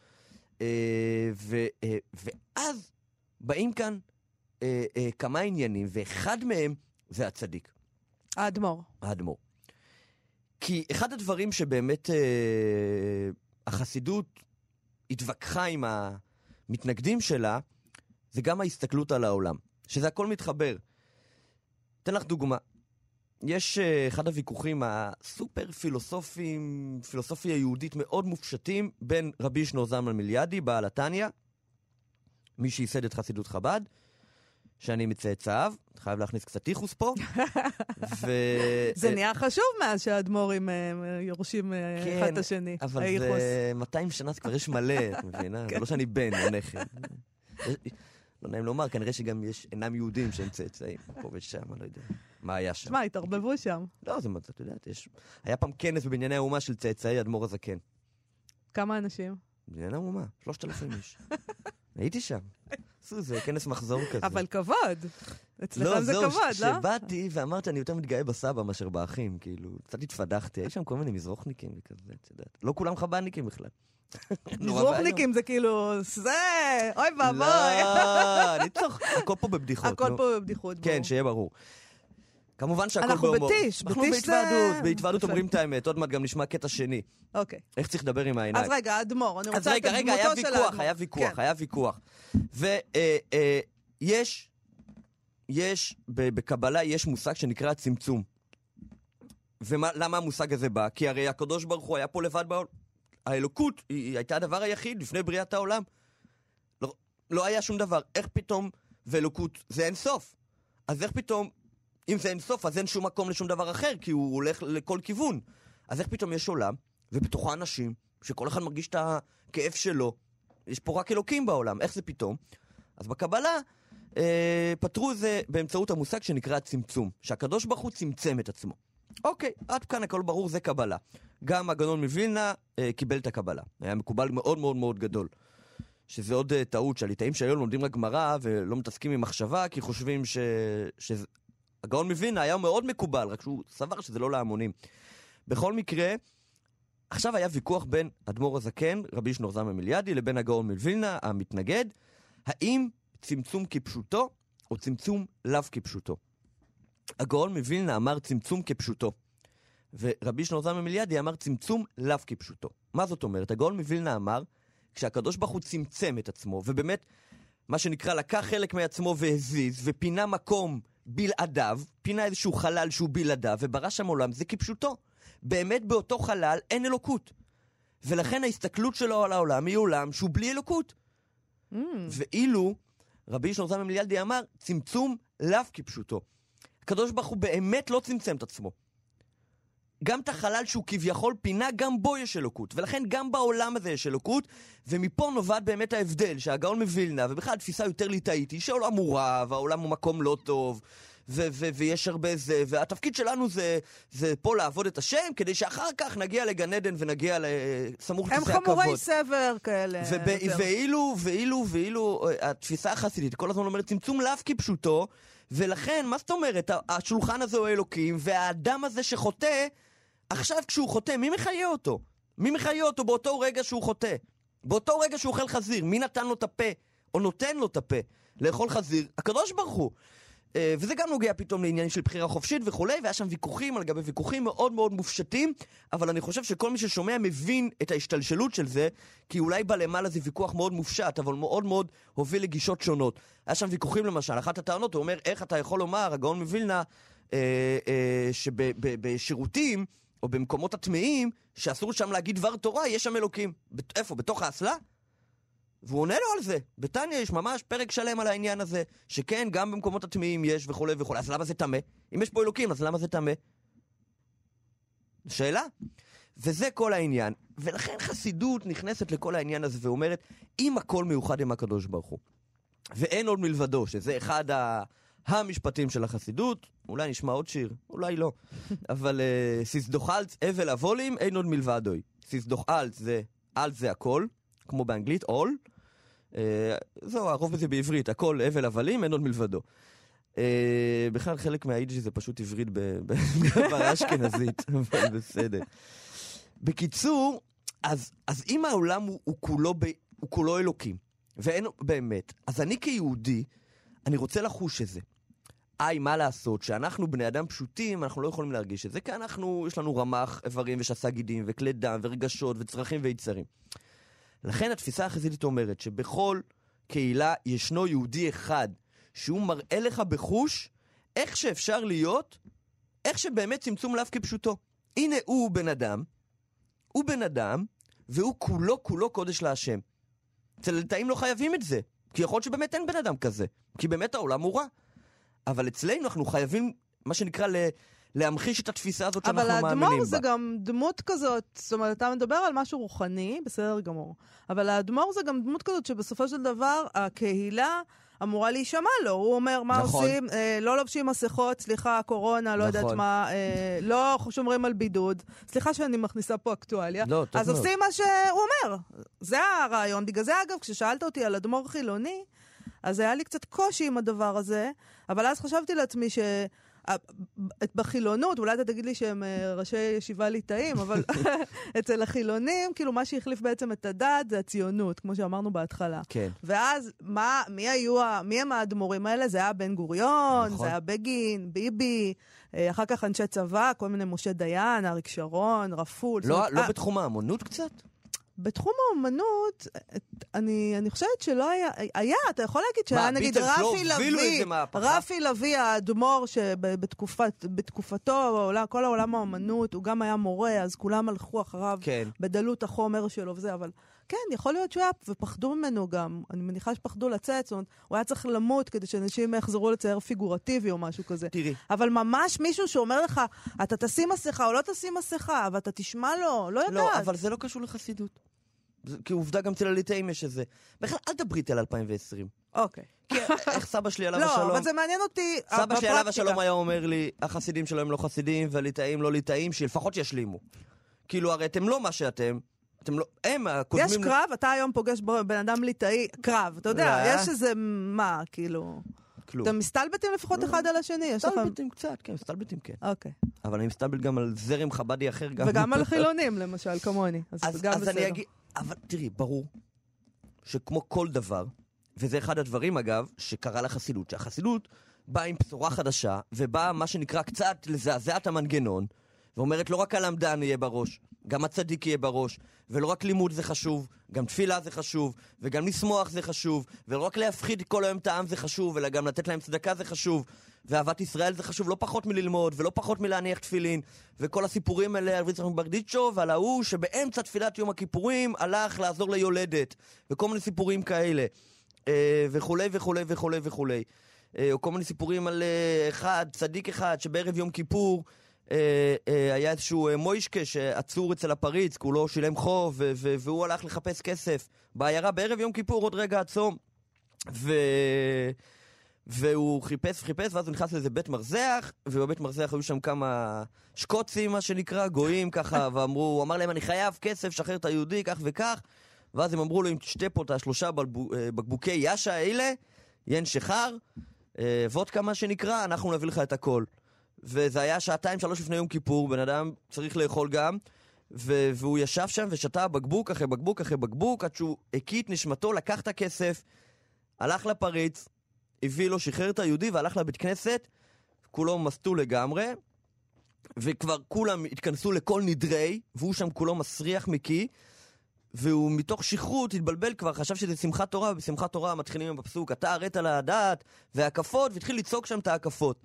ו, ואז באים כאן כמה עניינים, ואחד מהם זה הצדיק. האדמו"ר. האדמו"ר. כי אחד הדברים שבאמת החסידות התווכחה עם המתנגדים שלה, זה גם ההסתכלות על העולם, שזה הכל מתחבר. אתן לך דוגמה. יש אחד הוויכוחים הסופר פילוסופיים, פילוסופיה יהודית מאוד מופשטים, בין רבי שנור זלמן מליאדי, בעל התניא, מי שייסד את חסידות חב"ד, שאני מצאצאיו, חייב להכניס קצת ייחוס פה. ו... זה נהיה חשוב מאז שהאדמו"רים יורשים כן, אחד את השני. אבל הייחוס. זה מאתיים שנה כבר יש מלא, את מבינה? זה לא שאני בן או נכד. לא נעים לומר, כנראה שגם יש אינם יהודים שהם צאצאים, פה ושם, אני לא יודע. מה היה שם? שמע, התערבבו שם. לא, זה מה, אתה יודעת, יש... היה פעם כנס בבנייני האומה של צאצאי אדמו"ר הזקן. כמה אנשים? בבנייני האומה, שלושת אלפים איש. הייתי שם. עשו, זה כנס מחזור כזה. אבל כבוד. אצלכם זה כבוד, לא? שבאתי ואמרתי, אני יותר מתגאה בסבא מאשר באחים, כאילו, קצת התפדחתי, היו שם כל מיני מזרוחניקים וכזה, את יודעת. לא כולם חב"דניקים בכלל. מזרוחניקים זה כאילו, זה, אוי ואבוי. לא, אני צוחק, הכל פה בבדיחות. הכל פה בבדיחות. כן, שיהיה ברור. כמובן שהכל אנחנו בהומור. בטיש, אנחנו בטיש זה... בהתוועדות, בהתוועדות אומרים את האמת, עוד מעט גם נשמע קטע שני. אוקיי. איך צריך לדבר עם העיניים. אז רגע, האדמו"ר, אני אז רוצה את רגע, רגע, היה דמותו של ויכוח, האדמו"ר. היה ויכוח, כן. היה ויכוח. ויש, יש, בקבלה יש מושג שנקרא צמצום. ולמה המושג הזה בא? כי הרי הקדוש ברוך הוא היה פה לבד בעולם. האלוקות היא הייתה הדבר היחיד לפני בריאת העולם. לא, לא היה שום דבר. איך פתאום, ואלוקות זה אין סוף. אז איך פתאום, אם זה אין סוף, אז אין שום מקום לשום דבר אחר, כי הוא הולך לכל כיוון. אז איך פתאום יש עולם, ובתוכו אנשים, שכל אחד מרגיש את הכאב שלו, יש פה רק אלוקים בעולם, איך זה פתאום? אז בקבלה אה, פתרו זה באמצעות המושג שנקרא צמצום, שהקדוש ברוך הוא צמצם את עצמו. אוקיי, עד כאן הכל ברור, זה קבלה. גם הגאון מווילנה אה, קיבל את הקבלה. היה מקובל מאוד מאוד מאוד גדול. שזה עוד uh, טעות, שהליטאים שהיום לומדים רק גמרא ולא מתעסקים עם מחשבה, כי חושבים ש... שהגאון מווילנה היה מאוד מקובל, רק שהוא סבר שזה לא להמונים. בכל מקרה, עכשיו היה ויכוח בין אדמו"ר הזקן, רבי שנור זלמן מליאדי, לבין הגאון מווילנה, המתנגד, האם צמצום כפשוטו או צמצום לאו כפשוטו. הגאון מווילנה אמר צמצום כפשוטו, ורבי שנור זלמן מליאדי אמר צמצום לאו כפשוטו. מה זאת אומרת? הגאון מווילנה אמר, כשהקדוש ברוך הוא צמצם את עצמו, ובאמת, מה שנקרא, לקח חלק מעצמו והזיז, ופינה מקום בלעדיו, פינה איזשהו חלל שהוא בלעדיו, וברא שם עולם, זה כפשוטו. באמת באותו חלל אין אלוקות. ולכן ההסתכלות שלו על העולם היא עולם שהוא בלי אלוקות. Mm. ואילו, רבי שנור זלמן מליאדי אמר, צמצום לאו כפשוטו. הקדוש ברוך הוא באמת לא צמצם את עצמו. גם את החלל שהוא כביכול פינה, גם בו יש אלוקות. ולכן גם בעולם הזה יש אלוקות, ומפה נובעת באמת ההבדל, שהגאון מווילנה, ובכלל תפיסה יותר ליטאית, היא שהעולם הוא רע, והעולם הוא מקום לא טוב, ו- ו- ויש הרבה זה, והתפקיד שלנו זה, זה פה לעבוד את השם, כדי שאחר כך נגיע לגן עדן ונגיע לסמוך כיסא הכבוד. הם חמורי סבר כאלה. וב- ואילו, ואילו, ואילו, התפיסה החסידית, כל הזמן אומרת, צמצום לאו כפשוטו, ולכן, מה זאת אומרת? השולחן הזה הוא אלוקים, והאדם הזה שחוטא, עכשיו כשהוא חוטא, מי מחיה אותו? מי מחיה אותו באותו רגע שהוא חוטא? באותו רגע שהוא אוכל חזיר, מי נתן לו את הפה? או נותן לו את הפה לאכול חזיר? הקדוש ברוך הוא. וזה גם נוגע פתאום לעניינים של בחירה חופשית וכולי, והיה שם ויכוחים על גבי ויכוחים מאוד מאוד מופשטים, אבל אני חושב שכל מי ששומע מבין את ההשתלשלות של זה, כי אולי בלמעלה זה ויכוח מאוד מופשט, אבל מאוד מאוד הוביל לגישות שונות. היה שם ויכוחים למשל, אחת הטענות, הוא אומר, איך אתה יכול לומר, הגאון מווילנה, אה, אה, שבשירותים, או במקומות הטמאים, שאסור שם להגיד דבר תורה, יש שם אלוקים. איפה? בתוך האסלה? והוא עונה לו על זה. בתניא יש ממש פרק שלם על העניין הזה, שכן, גם במקומות הטמאים יש וכו' וכו'. אז למה זה טמא? אם יש פה אלוקים, אז למה זה טמא? שאלה. וזה כל העניין. ולכן חסידות נכנסת לכל העניין הזה ואומרת, אם הכל מיוחד עם הקדוש ברוך הוא, ואין עוד מלבדו, שזה אחד ה... המשפטים של החסידות, אולי נשמע עוד שיר, אולי לא. אבל uh, סיסדוחלץ, אבל אבולים, אין עוד מלבדוי. סיסדוחלץ זה, אל זה הכל, כמו באנגלית, all. Uh, זהו, הרוב בזה בעברית, הכל אבל אבלים, אין עוד מלבדו. Uh, בכלל חלק מהיידיש זה פשוט עברית בגבר אשכנזית, אבל בסדר. בקיצור, אז, אז אם העולם הוא, הוא, כולו ב, הוא כולו אלוקים, ואין באמת, אז אני כיהודי, אני רוצה לחוש את זה. איי, מה לעשות? שאנחנו בני אדם פשוטים, אנחנו לא יכולים להרגיש את זה, כי אנחנו, יש לנו רמח איברים ושסה גידים, וכלי דם, ורגשות, וצרכים ויצרים. לכן התפיסה החסידית אומרת, שבכל קהילה ישנו יהודי אחד, שהוא מראה לך בחוש, איך שאפשר להיות, איך שבאמת צמצום לאו כפשוטו. הנה הוא בן אדם, הוא בן אדם, והוא כולו כולו קודש להשם. אצל הליטאים לא חייבים את זה. כי יכול להיות שבאמת אין בן אדם כזה, כי באמת העולם הוא רע. אבל אצלנו אנחנו חייבים, מה שנקרא, ל- להמחיש את התפיסה הזאת שאנחנו מאמינים בה. אבל האדמו"ר זה גם דמות כזאת, זאת אומרת, אתה מדבר על משהו רוחני, בסדר גמור, אבל האדמו"ר זה גם דמות כזאת שבסופו של דבר הקהילה אמורה להישמע לו. הוא אומר, מה נכון. עושים? אה, לא לובשים מסכות, סליחה, קורונה, לא נכון. יודעת מה, אה, לא שומרים על בידוד. סליחה שאני מכניסה פה אקטואליה. לא, אז מאוד. עושים מה שהוא אומר. זה הרעיון. בגלל זה, אגב, כששאלת אותי על אדמו"ר חילוני, אז היה לי קצת קושי עם הדבר הזה, אבל אז חשבתי לעצמי ש... בחילונות, אולי אתה תגיד לי שהם ראשי ישיבה ליטאים, אבל אצל החילונים, כאילו מה שהחליף בעצם את הדת זה הציונות, כמו שאמרנו בהתחלה. כן. ואז מה, מי היו, מי הם האדמו"רים האלה? זה היה בן גוריון, נכון. זה היה בגין, ביבי, אחר כך אנשי צבא, כל מיני משה דיין, אריק שרון, רפול. לא, אומרת, לא אה, בתחום האמנות קצת? בתחום האומנות, אני, אני חושבת שלא היה, היה, אתה יכול להגיד שהיה נגיד ביטלס לא רפי הובילו לוי, איזה מהפכה? רפי לוי האדמו"ר שבתקופת, בתקופתו, כל העולם האומנות, הוא גם היה מורה, אז כולם הלכו אחריו כן. בדלות החומר שלו וזה, אבל כן, יכול להיות שהוא היה, ופחדו ממנו גם, אני מניחה שפחדו לצאת, זאת אומרת, הוא היה צריך למות כדי שאנשים יחזרו לצייר פיגורטיבי או משהו כזה. תראי. אבל ממש מישהו שאומר לך, אתה תשים מסכה או לא תשים מסכה, אבל אתה תשמע לו, לא יודעת. לא, אבל זה לא קשור לחסידות. זה, כי עובדה גם אצל הליטאים יש איזה. בכלל, אל תדברי על אלפיים ועשרים. אוקיי. כי איך סבא שלי עליו לא, השלום... אבל זה מעניין אותי סבא שלי עליו בפרקטיקה. השלום היה אומר לי, החסידים שלהם לא חסידים, והליטאים לא ליטאים, שלפחות ישלימו. כאילו, הרי אתם לא מה שאתם, אתם לא... הם הקודמים... יש קרב, אתה היום פוגש בן אדם ליטאי, קרב, אתה יודע, לא. יש איזה, מה, כאילו... כלום. אתם מסתלבטים לפחות אחד על השני, יש לכם... מסתלבטים קצת, כן, מסתלבטים כן. אוקיי. אבל אני מסתלבט גם על זרם חבדי אחר גם. וגם על חילונים, למשל, כמוני. אז אז, גם אז בסדר. אני אגיד, אבל תראי, ברור שכמו כל דבר, וזה אחד הדברים אגב, שקרה לחסידות, שהחסידות באה עם בשורה חדשה, ובאה מה שנקרא קצת לזעזע את המנגנון, ואומרת לא רק הלמדן יהיה בראש, גם הצדיק יהיה בראש, ולא רק לימוד זה חשוב, גם תפילה זה חשוב, וגם לשמוח זה חשוב, ולא רק להפחיד כל היום את העם זה חשוב, אלא גם לתת להם צדקה זה חשוב, ואהבת ישראל זה חשוב לא פחות מללמוד, ולא פחות מלהניח תפילין, וכל הסיפורים האלה על ויצחק ברדיצ'ו, ועל ההוא שבאמצע תפילת יום הכיפורים הלך לעזור ליולדת, וכל מיני סיפורים כאלה, וכולי וכולי וכולי וכולי. או כל מיני סיפורים על אחד, צדיק אחד, שבערב יום כיפור, היה איזשהו מוישקה שעצור אצל הפריץ, כי הוא לא שילם חוב, והוא הלך לחפש כסף בעיירה בערב יום כיפור, עוד רגע עצום. ו... והוא חיפש חיפש, ואז הוא נכנס לאיזה בית מרזח, ובבית מרזח היו שם כמה שקוצים, מה שנקרא, גויים ככה, ואמרו, הוא אמר להם, אני חייב כסף, שחרר את היהודי, כך וכך, ואז הם אמרו לו, אם תשתה פה את השלושה בקבוקי יאשה האלה, ין שחר, וודקה מה שנקרא, אנחנו נביא לך את הכל. וזה היה שעתיים, שלוש לפני יום כיפור, בן אדם צריך לאכול גם, ו- והוא ישב שם ושתה בקבוק אחרי בקבוק אחרי בקבוק, עד שהוא הקיא את נשמתו, לקח את הכסף, הלך לפריץ, הביא לו, שחרר את היהודי והלך לבית כנסת, כולו מסתו לגמרי, וכבר כולם התכנסו לכל נדרי, והוא שם כולו מסריח מקיא, והוא מתוך שחרות התבלבל כבר, חשב שזה שמחת תורה, ובשמחת תורה מתחילים בפסוק, אתה הראת על הדעת והקפות, והתחיל לצעוק שם את ההקפות.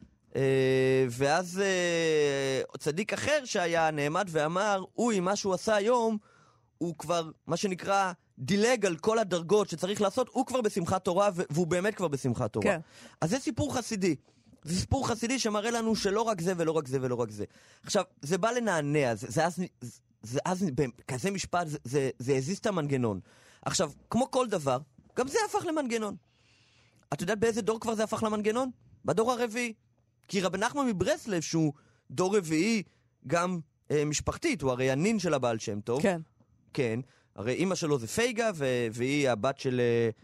ואז צדיק אחר שהיה נעמד ואמר, אוי, מה שהוא עשה היום, הוא כבר, מה שנקרא, דילג על כל הדרגות שצריך לעשות, הוא כבר בשמחת תורה, והוא באמת כבר בשמחת תורה. כן. אז זה סיפור חסידי. זה סיפור חסידי שמראה לנו שלא רק זה ולא רק זה ולא רק זה. עכשיו, זה בא לנענע, זה, זה, זה, זה, זה אז, כזה משפט, זה, זה, זה הזיז את המנגנון. עכשיו, כמו כל דבר, גם זה הפך למנגנון. את יודעת באיזה דור כבר זה הפך למנגנון? בדור הרביעי. כי רבי נחמן מברסלב, שהוא דור רביעי, גם אה, משפחתית, הוא הרי הנין של הבעל שם טוב. כן. כן. הרי אמא שלו זה פייגה, ו- והיא הבת של...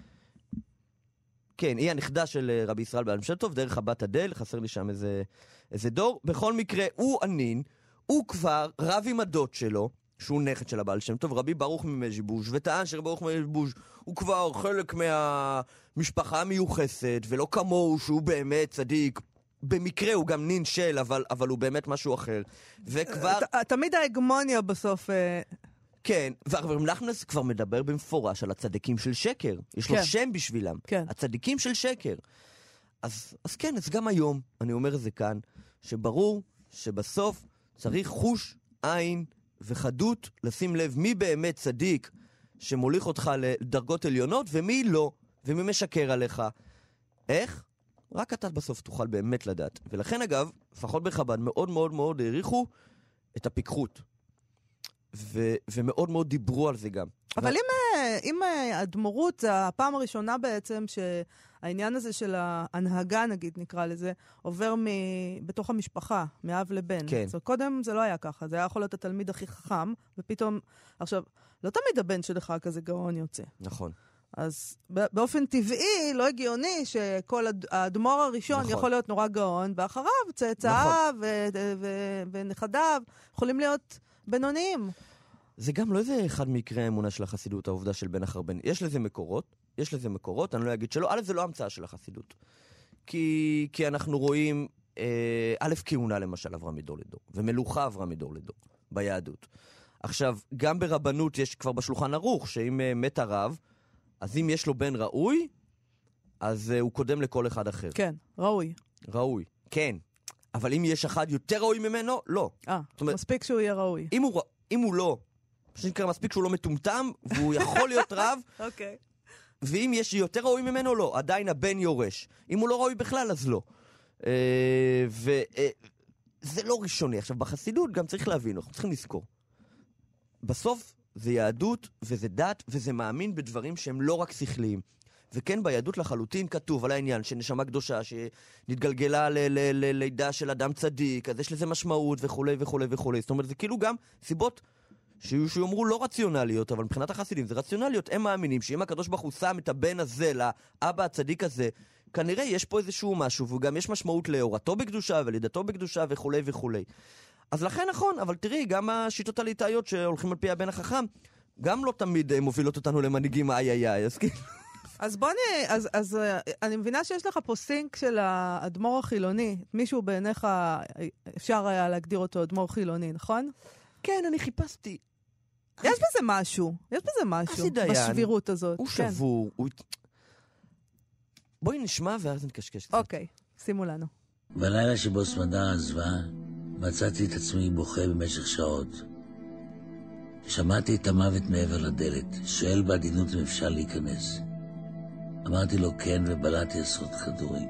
כן, היא הנכדה של רבי ישראל בעל שם טוב, דרך הבת הדל, חסר לי שם איזה, איזה דור. בכל מקרה, הוא הנין, הוא כבר רב עם הדוד שלו, שהוא נכד של הבעל שם טוב, רבי ברוך ממז'יבוז', וטען שרבי ברוך ממז'יבוז' הוא כבר חלק מהמשפחה המיוחסת, ולא כמוהו שהוא באמת צדיק. במקרה הוא גם נין של, אבל, אבל הוא באמת משהו אחר. וכבר... תמיד ההגמוניה בסוף... כן, ורבי נחמן כבר מדבר במפורש על הצדיקים של שקר. יש לו שם בשבילם. הצדיקים של שקר. אז, אז כן, אז גם היום, אני אומר את זה כאן, שברור שבסוף צריך חוש, עין וחדות לשים לב מי באמת צדיק שמוליך אותך לדרגות עליונות, ומי לא, ומי משקר עליך. איך? רק אתה בסוף תוכל באמת לדעת. ולכן אגב, לפחות בחב"ד, מאוד מאוד מאוד העריכו את הפיקחות. ו- ומאוד מאוד דיברו על זה גם. אבל ו... אם, אם הדמורות, זה הפעם הראשונה בעצם שהעניין הזה של ההנהגה, נגיד נקרא לזה, עובר מ... בתוך המשפחה, מאב לבן. כן. אז קודם זה לא היה ככה, זה היה יכול להיות התלמיד הכי חכם, ופתאום, עכשיו, לא תמיד הבן שלך כזה גאון יוצא. נכון. אז באופן טבעי, לא הגיוני שכל האדמו"ר הראשון נכון. יכול להיות נורא גאון, ואחריו צאצאיו נכון. ו- ו- ונכדיו יכולים להיות בינוניים. זה גם לא איזה אחד מקרי האמונה של החסידות, העובדה של בן אחר בן. יש לזה מקורות, יש לזה מקורות, אני לא אגיד שלא. א', זה לא המצאה של החסידות. כי, כי אנחנו רואים, אה, א', כהונה למשל עברה מדור לדור, ומלוכה עברה מדור לדור, ביהדות. עכשיו, גם ברבנות יש כבר בשולחן ערוך, שאם אה, מת הרב, אז אם יש לו בן ראוי, אז uh, הוא קודם לכל אחד אחר. כן, ראוי. ראוי, כן. אבל אם יש אחד יותר ראוי ממנו, לא. אה, מספיק שהוא יהיה ראוי. אם הוא, אם הוא לא, שנקרא מספיק שהוא לא מטומטם, והוא יכול להיות רב, אוקיי. ואם יש יותר ראוי ממנו, לא. עדיין הבן יורש. אם הוא לא ראוי בכלל, אז לא. Uh, וזה uh, לא ראשוני. עכשיו, בחסידות גם צריך להבין, אנחנו צריכים לזכור. בסוף, זה יהדות, וזה דת, וזה מאמין בדברים שהם לא רק שכליים. וכן, ביהדות לחלוטין כתוב על העניין שנשמה קדושה, שנתגלגלה ללידה של אדם צדיק, אז יש לזה משמעות וכו' וכו' וכו'. זאת אומרת, זה כאילו גם סיבות שיאמרו לא רציונליות, אבל מבחינת החסידים זה רציונליות. הם מאמינים שאם הקדוש ברוך הוא שם את הבן הזה לאבא הצדיק הזה, כנראה יש פה איזשהו משהו, וגם יש משמעות להורתו בקדושה ולידתו בקדושה וכו' וכו'. אז לכן נכון, אבל תראי, גם השיטות הליטאיות שהולכים על פי הבן החכם, גם לא תמיד מובילות אותנו למנהיגים איי איי איי, אז כאילו... אז בוא נהיה, אז, אז אני מבינה שיש לך פה סינק של האדמו"ר החילוני, מישהו בעיניך אפשר היה להגדיר אותו אדמו"ר חילוני, נכון? כן, אני חיפשתי. יש בזה משהו, יש בזה משהו, בשבירות הזאת. הוא כן. שבור, הוא... בואי נשמע ואז נקשקש. אוקיי, שימו לנו. בלילה שבו סמדה עזבה, מצאתי את עצמי בוכה במשך שעות. שמעתי את המוות מעבר לדלת, שואל בעדינות אם אפשר להיכנס. אמרתי לו כן ובלעתי עשרות כדורים.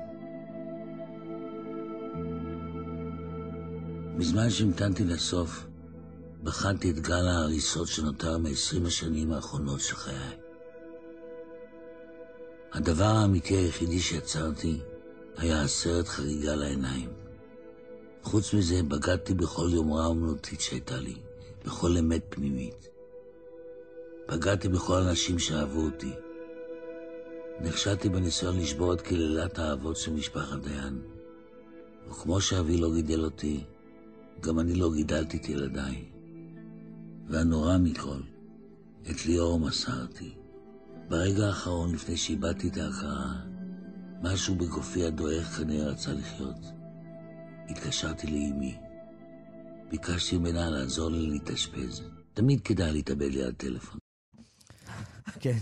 בזמן שהמתנתי לסוף, בחנתי את גל ההריסות שנותר מ-עשרים השנים האחרונות של חיי. הדבר האמיתי היחידי שיצרתי היה הסרט חריגה לעיניים. חוץ מזה בגדתי בכל יומרה אומנותית שהייתה לי, בכל אמת פנימית. בגדתי בכל אנשים שאהבו אותי. נכשלתי בניסיון לשבור את כלילת האהבות של משפחת דיין. וכמו שאבי לא גידל אותי, גם אני לא גידלתי את ילדיי. והנורא מכל, את ליאור מסרתי. ברגע האחרון לפני שאיבדתי את ההכרה, משהו בגופי הדועך כנראה רצה לחיות. התקשרתי לאמי. ביקשתי ממנה לעזור לי להתאשפז. תמיד כדאי להתאבד לי על טלפון. כן.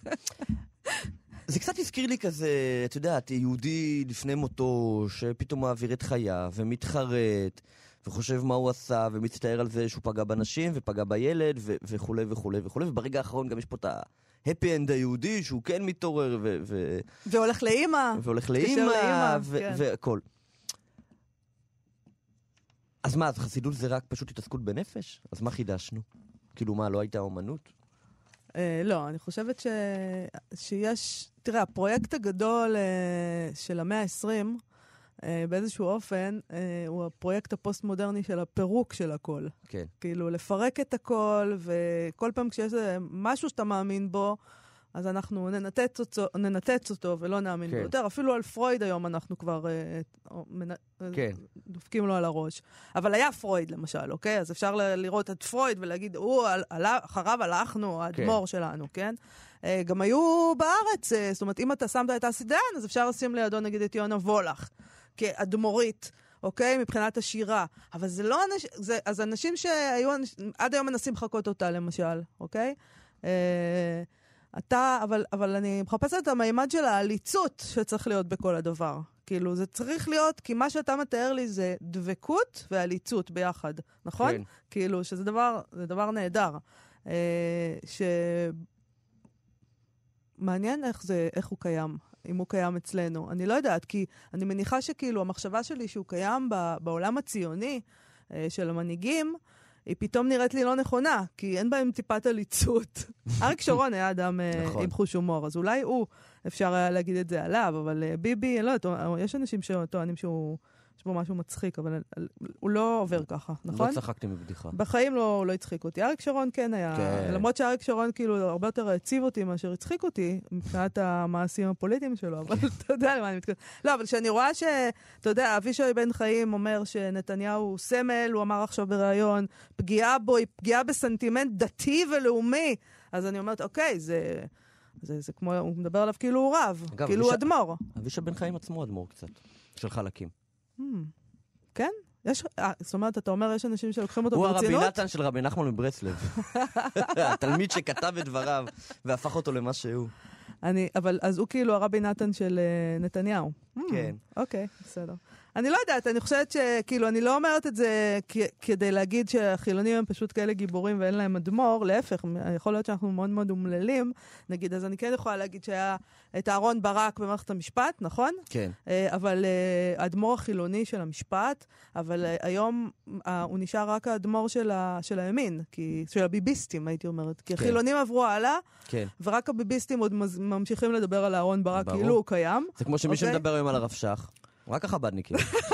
זה קצת הזכיר לי כזה, אתה יודע, יהודי לפני מותו, שפתאום מעביר את חייו, ומתחרט, וחושב מה הוא עשה, ומצטער על זה שהוא פגע באנשים, ופגע בילד, ו- וכו' וכו' וכו', וברגע האחרון גם יש פה את ההפי אנד היהודי, שהוא כן מתעורר, ו... ו- והולך לאמא. והולך לאמא, ו- כן. והכל. אז מה, אז חסידות זה רק פשוט התעסקות בנפש? אז מה חידשנו? כאילו מה, לא הייתה אומנות? אה, לא, אני חושבת ש... שיש... תראה, הפרויקט הגדול אה, של המאה ה-עשרים, אה, באיזשהו אופן, אה, הוא הפרויקט הפוסט-מודרני של הפירוק של הכל. כן. כאילו, לפרק את הכל, וכל פעם כשיש משהו שאתה מאמין בו, אז אנחנו ננתץ אותו, ננתץ אותו ולא נאמין כן. בו יותר. אפילו על פרויד היום אנחנו כבר אה, מנ... כן. דופקים לו על הראש. אבל היה פרויד למשל, אוקיי? אז אפשר ל- לראות את פרויד ולהגיד, הוא, על, על, אחריו הלכנו, האדמו"ר כן. שלנו, כן? אה, גם היו בארץ, אה, זאת אומרת, אם אתה שמת את הסידן, אז אפשר לשים לידו נגיד את יונה וולך, כאדמו"רית. אוקיי? מבחינת השירה. אבל זה לא אנשים, זה, אז אנשים שהיו, עד היום מנסים לחכות אותה, למשל, אוקיי? אה, אתה, אבל, אבל אני מחפשת את המימד של העליצות שצריך להיות בכל הדבר. כאילו, זה צריך להיות, כי מה שאתה מתאר לי זה דבקות ועליצות ביחד, נכון? כן. כאילו, שזה דבר, זה דבר נהדר. אה, ש... מעניין איך זה, איך הוא קיים, אם הוא קיים אצלנו. אני לא יודעת, כי אני מניחה שכאילו, המחשבה שלי שהוא קיים ב, בעולם הציוני אה, של המנהיגים, היא פתאום נראית לי לא נכונה, כי אין בהם טיפת עליצות. אריק שרון היה אדם נכון. עם חוש הומור, אז אולי הוא, אפשר היה להגיד את זה עליו, אבל ביבי, לא, יש אנשים שטוענים שהוא, יש בו משהו מצחיק, אבל הוא לא עובר ככה, נכון? לא צחקתי מבדיחה. בחיים לא, לא הצחיק אותי. אריק שרון כן היה, כן. למרות שאריק שרון כאילו הרבה יותר הציב אותי מאשר הצחיק אותי, מבחינת המעשים הפוליטיים שלו, אבל אתה יודע למה אני מתכוונת. לא, אבל כשאני רואה ש, אתה יודע, אבישי בן חיים אומר שנתניהו סמל, הוא אמר עכשיו בראיון, פגיעה בו היא פגיעה בסנטימנט דתי ולאומי, אז אני אומרת, אוקיי, זה... זה, זה כמו, הוא מדבר עליו כאילו הוא רב, אגב, כאילו הוא אדמו"ר. אבישי בן חיים עצמו אדמו"ר קצת, של חלקים. Hmm. כן? יש, אה, זאת אומרת, אתה אומר, יש אנשים שלוקחים אותו ברצינות? הוא הרבי נתן של רבי נחמן מברסלב. התלמיד שכתב את דבריו והפך אותו למה שהוא. אני, אבל, אז הוא כאילו הרבי נתן של uh, נתניהו. כן. אוקיי, בסדר. אני לא יודעת, אני חושבת שכאילו, אני לא אומרת את זה כ- כדי להגיד שהחילונים הם פשוט כאלה גיבורים ואין להם אדמו"ר, להפך, יכול להיות שאנחנו מאוד מאוד אומללים, נגיד, אז אני כן יכולה להגיד שהיה את אהרון ברק במערכת המשפט, נכון? כן. אבל האדמו"ר החילוני של המשפט, אבל היום הוא נשאר רק האדמו"ר של, ה- של הימין, כי, של הביביסטים, הייתי אומרת. כי החילונים עברו הלאה, כן. ורק הביביסטים עוד ממשיכים לדבר על אהרון ברק, ברור. כאילו הוא קיים. זה כמו שמי אוקיי? שמדבר היום על הרב שך, רק החבדניקים.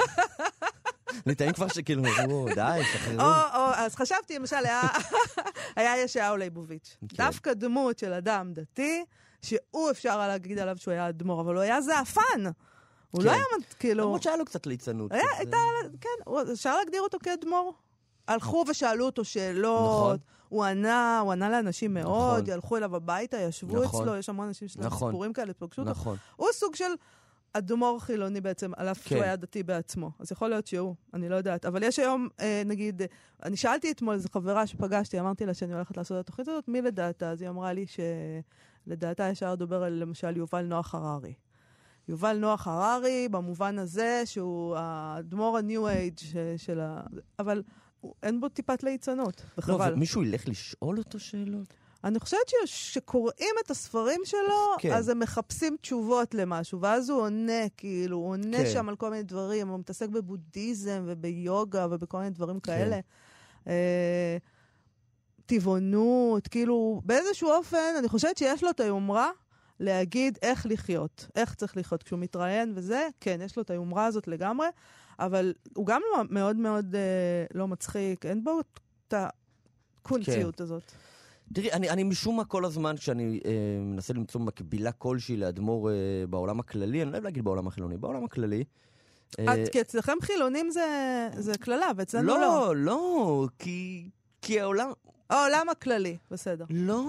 ניתאים כבר שכאילו, די, שחררו. או, או, אז חשבתי, למשל, היה, היה ישעיהו ליבוביץ'. כן. דווקא דמות של אדם דתי, שהוא אפשר להגיד עליו שהוא היה אדמו"ר, אבל הוא היה זעפן. הוא כן. לא היה, כאילו... למרות שהיה לו קצת ליצנות. היה, כזה. הייתה, כן, הוא- אפשר להגדיר אותו כאדמו"ר. הלכו ושאלו אותו שאלות, נכון. הוא ענה, הוא ענה לאנשים מאוד, נכון. הלכו אליו הביתה, ישבו נכון. אצלו, יש המון אנשים שלהם נכון. סיפורים כאלה, פגשו אותו. נכון. הוא סוג של אדמו"ר חילוני בעצם, על אף כן. שהוא היה דתי בעצמו. אז יכול להיות שהוא, אני לא יודעת. אבל יש היום, אה, נגיד, אני שאלתי אתמול איזו חברה שפגשתי, אמרתי לה שאני הולכת לעשות את התוכנית הזאת, מי לדעתה? אז היא אמרה לי שלדעתה ישר לדבר על למשל יובל נוח הררי. יובל נוח הררי, במובן הזה שהוא האדמו"ר הניו אייג' של ה... אבל הוא- אין בו טיפת ליצנות, לא, וחבל. ומישהו ילך לשאול אותו שאלות? אני חושבת שקוראים את הספרים שלו, כן. אז הם מחפשים תשובות למשהו, ואז הוא עונה, כאילו, הוא עונה כן. שם על כל מיני דברים, הוא מתעסק בבודהיזם וביוגה ובכל מיני דברים כן. כאלה. אה, טבעונות, כאילו, באיזשהו אופן, אני חושבת שיש לו את היומרה, להגיד איך לחיות, איך צריך לחיות. כשהוא מתראיין וזה, כן, יש לו את היומרה הזאת לגמרי, אבל הוא גם מאוד מאוד אה, לא מצחיק, אין בו את הקונציות כן. הזאת. תראי, אני, אני משום מה כל הזמן, כשאני אה, מנסה למצוא מקבילה כלשהי לאדמו"ר אה, בעולם הכללי, אני לא אוהב להגיד בעולם החילוני, בעולם הכללי. אה, כי אצלכם חילונים זה, זה כללה, ואצלנו לא. לא, לא, כי, כי העולם... העולם הכללי, בסדר. לא,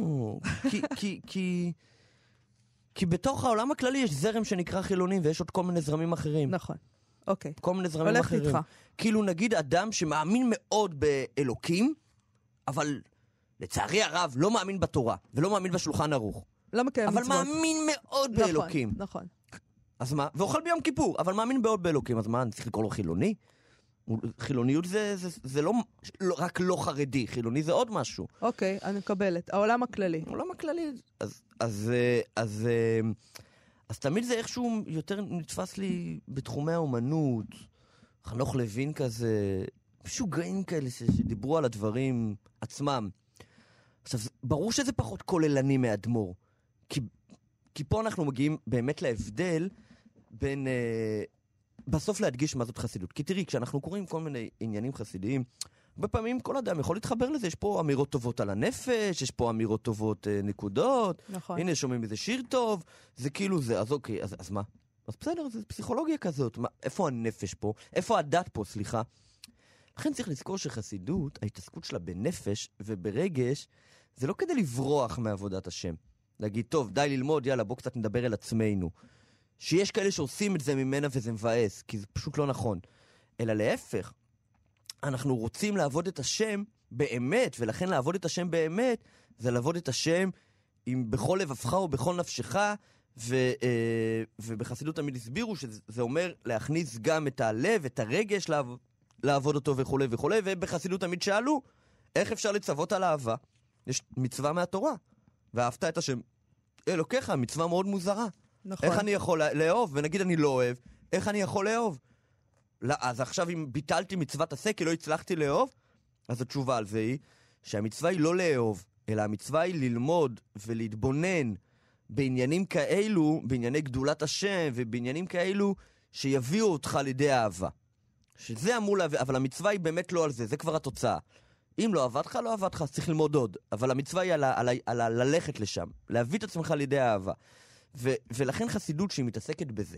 כי, כי, כי, כי בתוך העולם הכללי יש זרם שנקרא חילונים, ויש עוד כל מיני זרמים אחרים. נכון, אוקיי. כל מיני זרמים אחרים. הולך איתך. כאילו נגיד אדם שמאמין מאוד באלוקים, אבל לצערי הרב לא מאמין בתורה, ולא מאמין בשולחן ערוך. לא מקיים אבל מצוות. מאמין מאוד נכון, באלוקים. נכון. אז מה? ואוכל ביום כיפור, אבל מאמין מאוד באלוקים. אז מה, אני צריך לקרוא לו חילוני? חילוניות זה, זה, זה לא, לא רק לא חרדי, חילוני זה עוד משהו. אוקיי, אני מקבלת. העולם הכללי. העולם הכללי. אז, אז, אז, אז תמיד זה איכשהו יותר נתפס לי בתחומי האומנות, חנוך לוין כזה, משוגעים כאלה שדיברו על הדברים עצמם. עכשיו, ברור שזה פחות כוללני מאדמו"ר, כי, כי פה אנחנו מגיעים באמת להבדל בין... בסוף להדגיש מה זאת חסידות. כי תראי, כשאנחנו קוראים כל מיני עניינים חסידיים, הרבה פעמים כל אדם יכול להתחבר לזה. יש פה אמירות טובות על הנפש, יש פה אמירות טובות אה, נקודות. נכון. הנה, שומעים איזה שיר טוב, זה כאילו זה, אז אוקיי, אז, אז מה? אז בסדר, זה פסיכולוגיה כזאת. מה, איפה הנפש פה? איפה הדת פה, סליחה? לכן צריך לזכור שחסידות, ההתעסקות שלה בנפש וברגש, זה לא כדי לברוח מעבודת השם. להגיד, טוב, די ללמוד, יאללה, בוא קצת נדבר אל עצמנו. שיש כאלה שעושים את זה ממנה וזה מבאס, כי זה פשוט לא נכון. אלא להפך, אנחנו רוצים לעבוד את השם באמת, ולכן לעבוד את השם באמת, זה לעבוד את השם עם בכל לבבך ובכל נפשך, ו, אה, ובחסידות תמיד הסבירו שזה אומר להכניס גם את הלב, את הרגש, לעבוד, לעבוד אותו וכו' וכו', ובחסידות תמיד שאלו, איך אפשר לצוות על אהבה? יש מצווה מהתורה, ואהבת את השם אלוקיך, מצווה מאוד מוזרה. נכון. איך אני יכול לאהוב? ונגיד אני לא אוהב, איך אני יכול לאהוב? לא, אז עכשיו אם ביטלתי מצוות עשה כי לא הצלחתי לאהוב, אז התשובה על זה היא שהמצווה היא לא לאהוב, אלא המצווה היא ללמוד ולהתבונן בעניינים כאלו, בענייני גדולת השם ובעניינים כאלו שיביאו אותך לידי אהבה. שזה אמור להביא, אבל המצווה היא באמת לא על זה, זה כבר התוצאה. אם לא עבדך, לא עבדך, צריך ללמוד עוד. אבל המצווה היא על, על, על, על, על ללכת לשם, להביא את עצמך לידי אהבה. ו- ולכן חסידות שהיא מתעסקת בזה,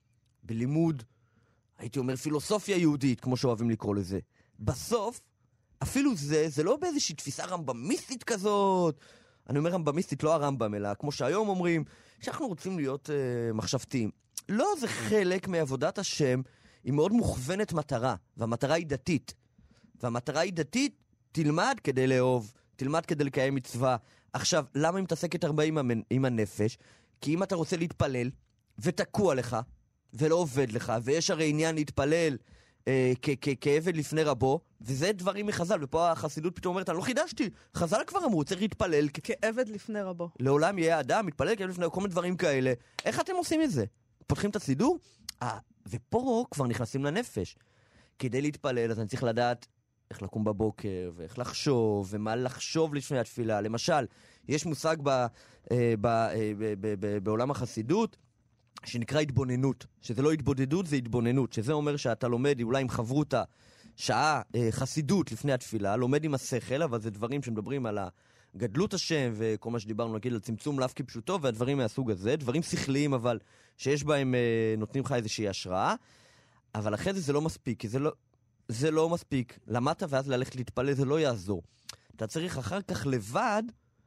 בלימוד, הייתי אומר פילוסופיה יהודית, כמו שאוהבים לקרוא לזה. בסוף, אפילו זה, זה לא באיזושהי תפיסה רמב"מיסטית כזאת. אני אומר רמב"מיסטית, לא הרמב"ם, אלא כמו שהיום אומרים, שאנחנו רוצים להיות uh, מחשבתיים. לא, זה חלק מעבודת השם, היא מאוד מוכוונת מטרה, והמטרה היא דתית. והמטרה היא דתית, תלמד כדי לאהוב, תלמד כדי לקיים מצווה. עכשיו, למה היא מתעסקת הרבה עם, המנ... עם הנפש? כי אם אתה רוצה להתפלל, ותקוע לך, ולא עובד לך, ויש הרי עניין להתפלל אה, כ- כ- כעבד לפני רבו, וזה דברים מחז"ל, ופה החסידות פתאום אומרת, אני לא חידשתי, חז"ל כבר אמרו, צריך להתפלל. כ- כעבד לפני רבו. לעולם יהיה אדם, מתפלל כעבד לפני, כל מיני דברים כאלה. איך אתם עושים את זה? פותחים את הסידור? אה, ופה כבר נכנסים לנפש. כדי להתפלל, אז אני צריך לדעת איך לקום בבוקר, ואיך לחשוב, ומה לחשוב לפני התפילה. למשל, יש מושג ב, אה, ב, אה, ב, ב, ב, בעולם החסידות, שנקרא התבוננות. שזה לא התבודדות, זה התבוננות. שזה אומר שאתה לומד, אולי עם חברותה, שעה אה, חסידות לפני התפילה, לומד עם השכל, אבל זה דברים שמדברים על גדלות השם, וכל מה שדיברנו, נגיד, על צמצום לאו כפשוטו, והדברים מהסוג הזה, דברים שכליים, אבל שיש בהם, אה, נותנים לך איזושהי השראה, אבל אחרי זה זה לא מספיק, כי זה לא... זה לא מספיק. למדת ואז ללכת להתפלל, זה לא יעזור. אתה צריך אחר כך לבד,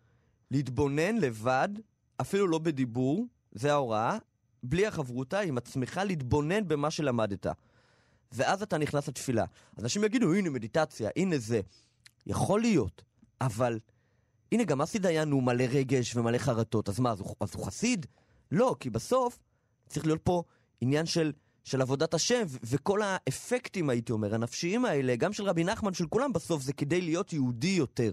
להתבונן לבד, אפילו לא בדיבור, זה ההוראה, בלי החברותה, עם עצמך להתבונן במה שלמדת. ואז אתה נכנס לתפילה. אז אנשים יגידו, הנה מדיטציה, הנה זה. יכול להיות, אבל הנה גם אסי דיין הוא מלא רגש ומלא חרטות, אז מה, אז הוא, אז הוא חסיד? לא, כי בסוף צריך להיות פה עניין של של עבודת השם, ו- וכל האפקטים, הייתי אומר, הנפשיים האלה, גם של רבי נחמן, של כולם בסוף, זה כדי להיות יהודי יותר.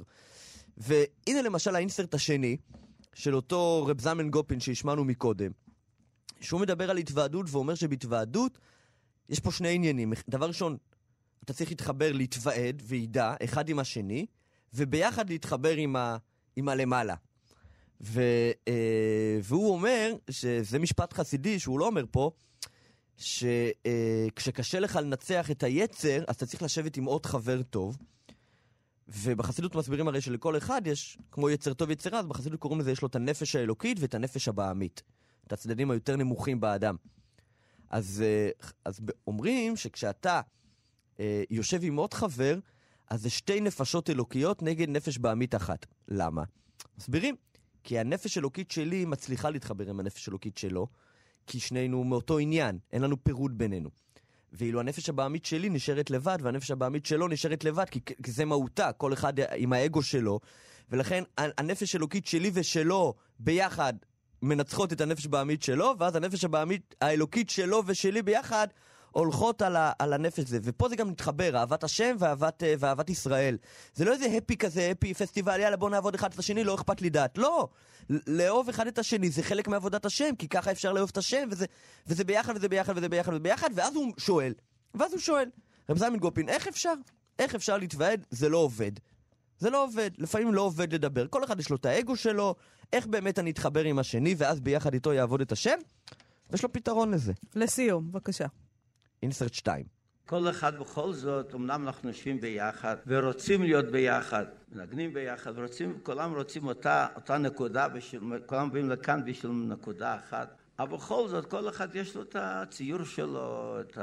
והנה למשל האינסרט השני, של אותו רב זלמן גופין שהשמענו מקודם, שהוא מדבר על התוועדות, ואומר שבהתוועדות, יש פה שני עניינים. דבר ראשון, אתה צריך להתחבר להתוועד וידע, אחד עם השני, וביחד להתחבר עם, ה- עם הלמעלה. ו, אה, והוא אומר, שזה משפט חסידי שהוא לא אומר פה, שכשקשה לך לנצח את היצר, אז אתה צריך לשבת עם עוד חבר טוב, ובחסידות מסבירים הרי שלכל אחד יש, כמו יצר טוב יצר רע, אז בחסידות קוראים לזה, יש לו את הנפש האלוקית ואת הנפש הבעמית, את הצדדים היותר נמוכים באדם. אז, אז אומרים שכשאתה אה, יושב עם עוד חבר, אז זה שתי נפשות אלוקיות נגד נפש בעמית אחת. למה? מסבירים, כי הנפש אלוקית שלי מצליחה להתחבר עם הנפש אלוקית שלו, כי שנינו מאותו עניין, אין לנו פירוד בינינו. ואילו הנפש הבעמית שלי נשארת לבד, והנפש הבעמית שלו נשארת לבד, כי, כי זה מהותה, כל אחד עם האגו שלו, ולכן הנפש אלוקית שלי ושלו ביחד מנצחות את הנפש הבעמית שלו, ואז הנפש הבעמית האלוקית שלו ושלי ביחד הולכות על, ה, על הנפש הזה. ופה זה גם מתחבר, אהבת השם ואהבת, ואהבת ישראל. זה לא איזה הפי כזה, הפי פסטיבל, יאללה בוא נעבוד אחד את השני, לא אכפת לי דעת. לא, לאהוב אחד את השני זה חלק מעבודת השם, כי ככה אפשר לאהוב את השם, וזה, וזה ביחד וזה ביחד וזה ביחד וזה ביחד, ואז הוא שואל, ואז הוא שואל, רב זלמן גופין, איך אפשר? איך אפשר להתוועד? זה לא עובד. זה לא עובד, לפעמים לא עובד לדבר. כל אחד יש לו את האגו שלו, איך באמת אני אתחבר עם השני, ואז ביחד איתו יעבוד את השם? יש לו פתרון לזה. לסיום, בבקשה. אינסרט שתיים. כל אחד בכל זאת, אמנם אנחנו יושבים ביחד, ורוצים להיות ביחד, מנגנים ביחד, ורוצים, כולם רוצים אותה, אותה נקודה, בשביל, כולם באים לכאן בשביל נקודה אחת, אבל בכל זאת, כל אחד יש לו את הציור שלו, את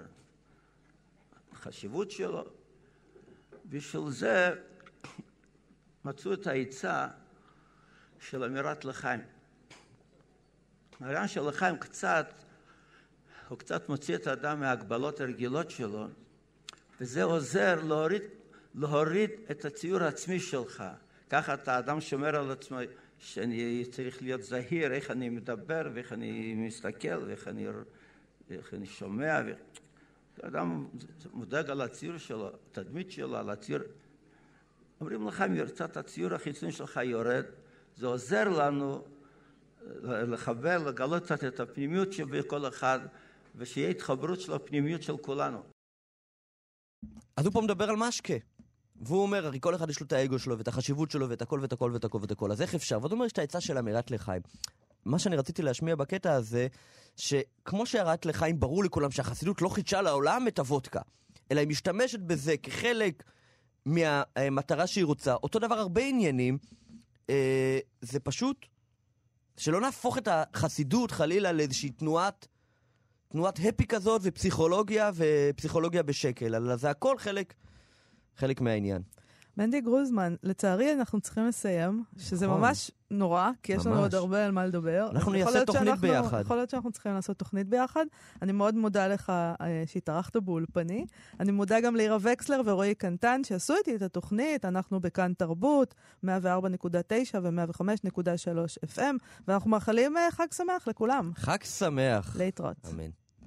החשיבות שלו. בשביל זה מצאו את העיצה של אמירת לחיים. הרעיון של לחיים קצת, הוא קצת מוציא את האדם מההגבלות הרגילות שלו, וזה עוזר להוריד, להוריד את הציור העצמי שלך. ככה אתה האדם שומר על עצמו, שאני צריך להיות זהיר, איך אני מדבר, ואיך אני מסתכל, ואיך אני, איך אני שומע. ו... האדם מודאג על הציור שלו, התדמית שלו, על הציור. אומרים לך, אם ירצת הציור החיצוני שלך יורד, זה עוזר לנו לחבר, לגלות קצת את הפנימיות שבכל אחד, ושיהיה התחברות של הפנימיות של כולנו. אז הוא פה מדבר על משקה. והוא אומר, הרי כל אחד יש לו את האגו שלו, ואת החשיבות שלו, ואת הכל ואת הכל ואת הכל ואת הכל. אז איך אפשר? ועוד אומר, יש את העצה של אמירת לחיים. מה שאני רציתי להשמיע בקטע הזה, שכמו שהראת לחיים, ברור לכולם שהחסידות לא חידשה לעולם את הוודקה, אלא היא משתמשת בזה כחלק מהמטרה שהיא רוצה. אותו דבר הרבה עניינים, אה, זה פשוט שלא נהפוך את החסידות חלילה לאיזושהי תנועת, תנועת הפי כזאת ופסיכולוגיה ופסיכולוגיה בשקל, אלא זה הכל חלק, חלק מהעניין. מנדי גרוזמן, לצערי אנחנו צריכים לסיים, שזה ממש נורא, כי יש לנו עוד הרבה על מה לדבר. אנחנו נעשה תוכנית ביחד. יכול להיות שאנחנו צריכים לעשות תוכנית ביחד. אני מאוד מודה לך שהתארחת באולפני. אני מודה גם לירה וקסלר ורועי קנטן שעשו איתי את התוכנית. אנחנו בכאן תרבות, מאה וארבע נקודה תשע ו-מאה וחמש נקודה שלוש אף אם, ואנחנו מאחלים חג שמח לכולם. חג שמח. להתראות. אמן.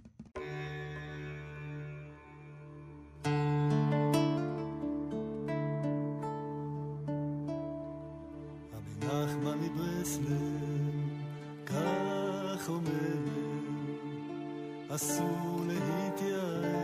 נחמן מברסלב, כך אומר, אסור להתייאש,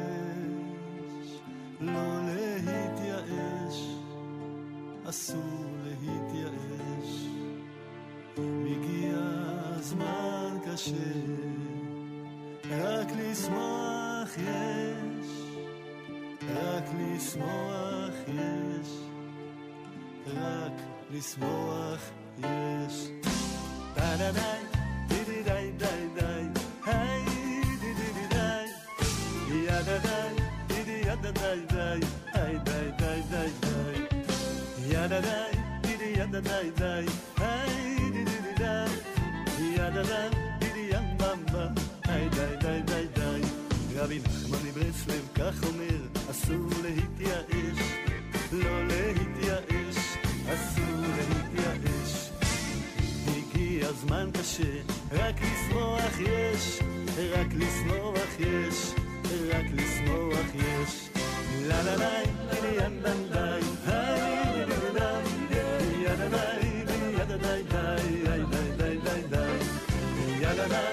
לא להתייאש, אסור להתייאש. מגיע זמן קשה, רק לשמוח יש, רק לשמוח יש, רק לשמוח יש. טה-דה-דיי, די-די-די, די-די, היי, די-די-די-די, ידה-די, די-די-ידה-די-די, היי, די-די-די-די, ידה-די, די-די-ידה-די-די, היי, די-די-די-די, ידה-די, די-די-ים-בם-בם, היי, די-די-די-די. רבי נחמן מברסלב כך אומר, אסור להתייאש, לא להתייאש, אסור להתייאש. הגיע זמן קשה, רק לשמוח יש, רק לשמוח יש, רק לשמוח יש. לה לה לה, לה לה לה, היי לה לה לה, לה לה לה, לה לה לה, היי לה לה לה, לה לה לה,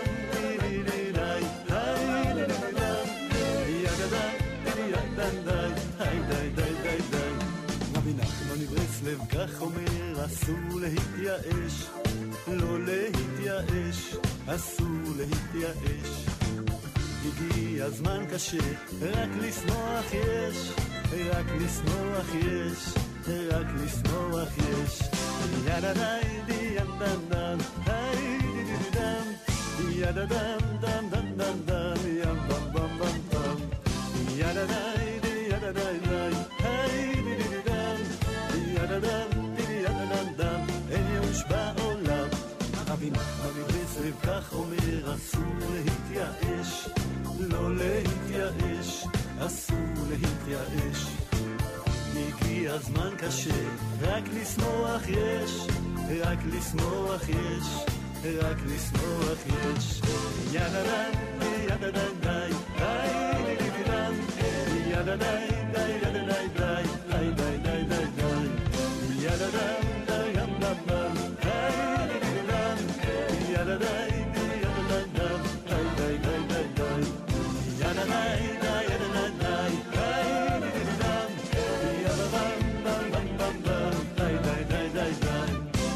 רבי נחמן מברסלב כך אומר, אסור להתייאש, לא להתייאש, אסור להתייאש. הגיע הזמן קשה, רק לשמוח יש, רק לשמוח יש, רק לשמוח יש. ידדם דם דם דם, היי דם ידדם דם דם דם דם, ים בם בם בם בם. ידדם ידדם היי דם ידדם ידדם דם, אין ייאוש בעולם. רבי נחמן מברסלב כך אומר, אסור להתייאש, לא להתייאש, אסור להתייאש. הגיע הזמן קשה, רק לשמוח יש, רק לשמוח יש, רק לשמוח יש. ידדם ידדם די, די די דם, ידדם די ידדם די, די די די די די. ידדם די ים דם דם, די די דם, ידדם די ידדם דם, די די די די די. ידדם די ידדם די, די די דם, ידדם דם דם דם דם, די די די די די.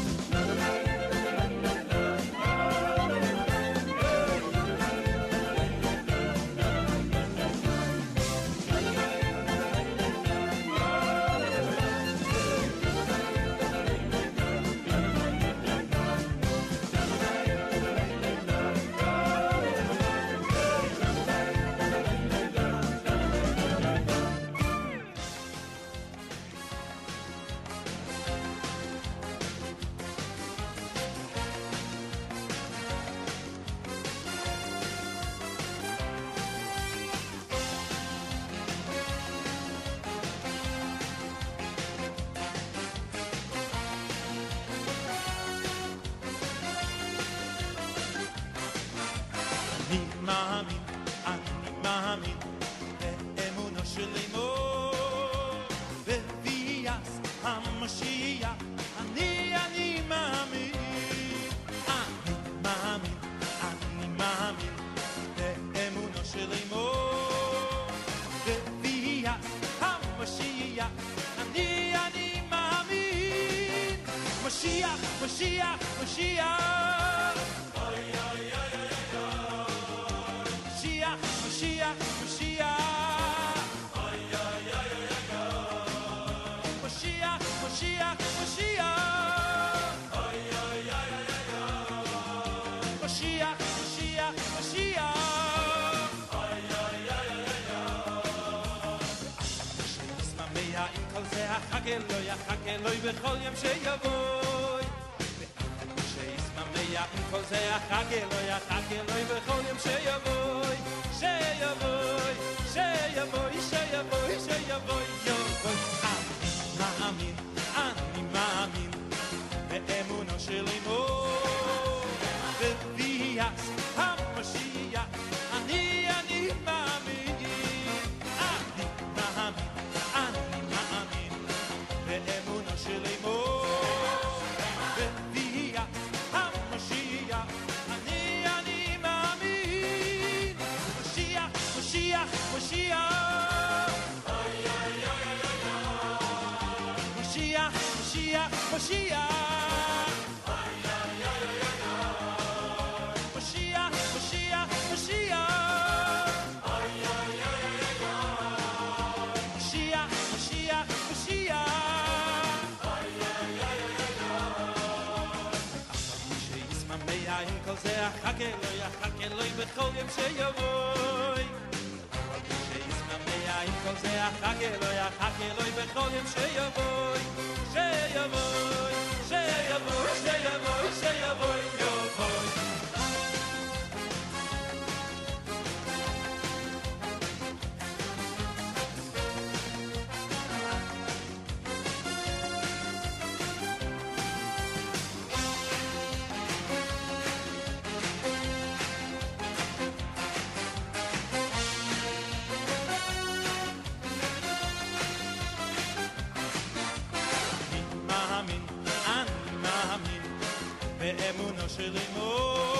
באמונו של אמו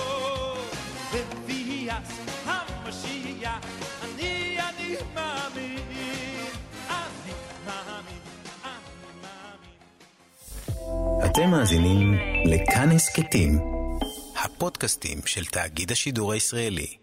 בביאת המשיח אני אני מאמין אני מאמין אני מאמין אתם מאזינים לכאן הסכתים, הפודקאסטים של תאגיד השידור הישראלי.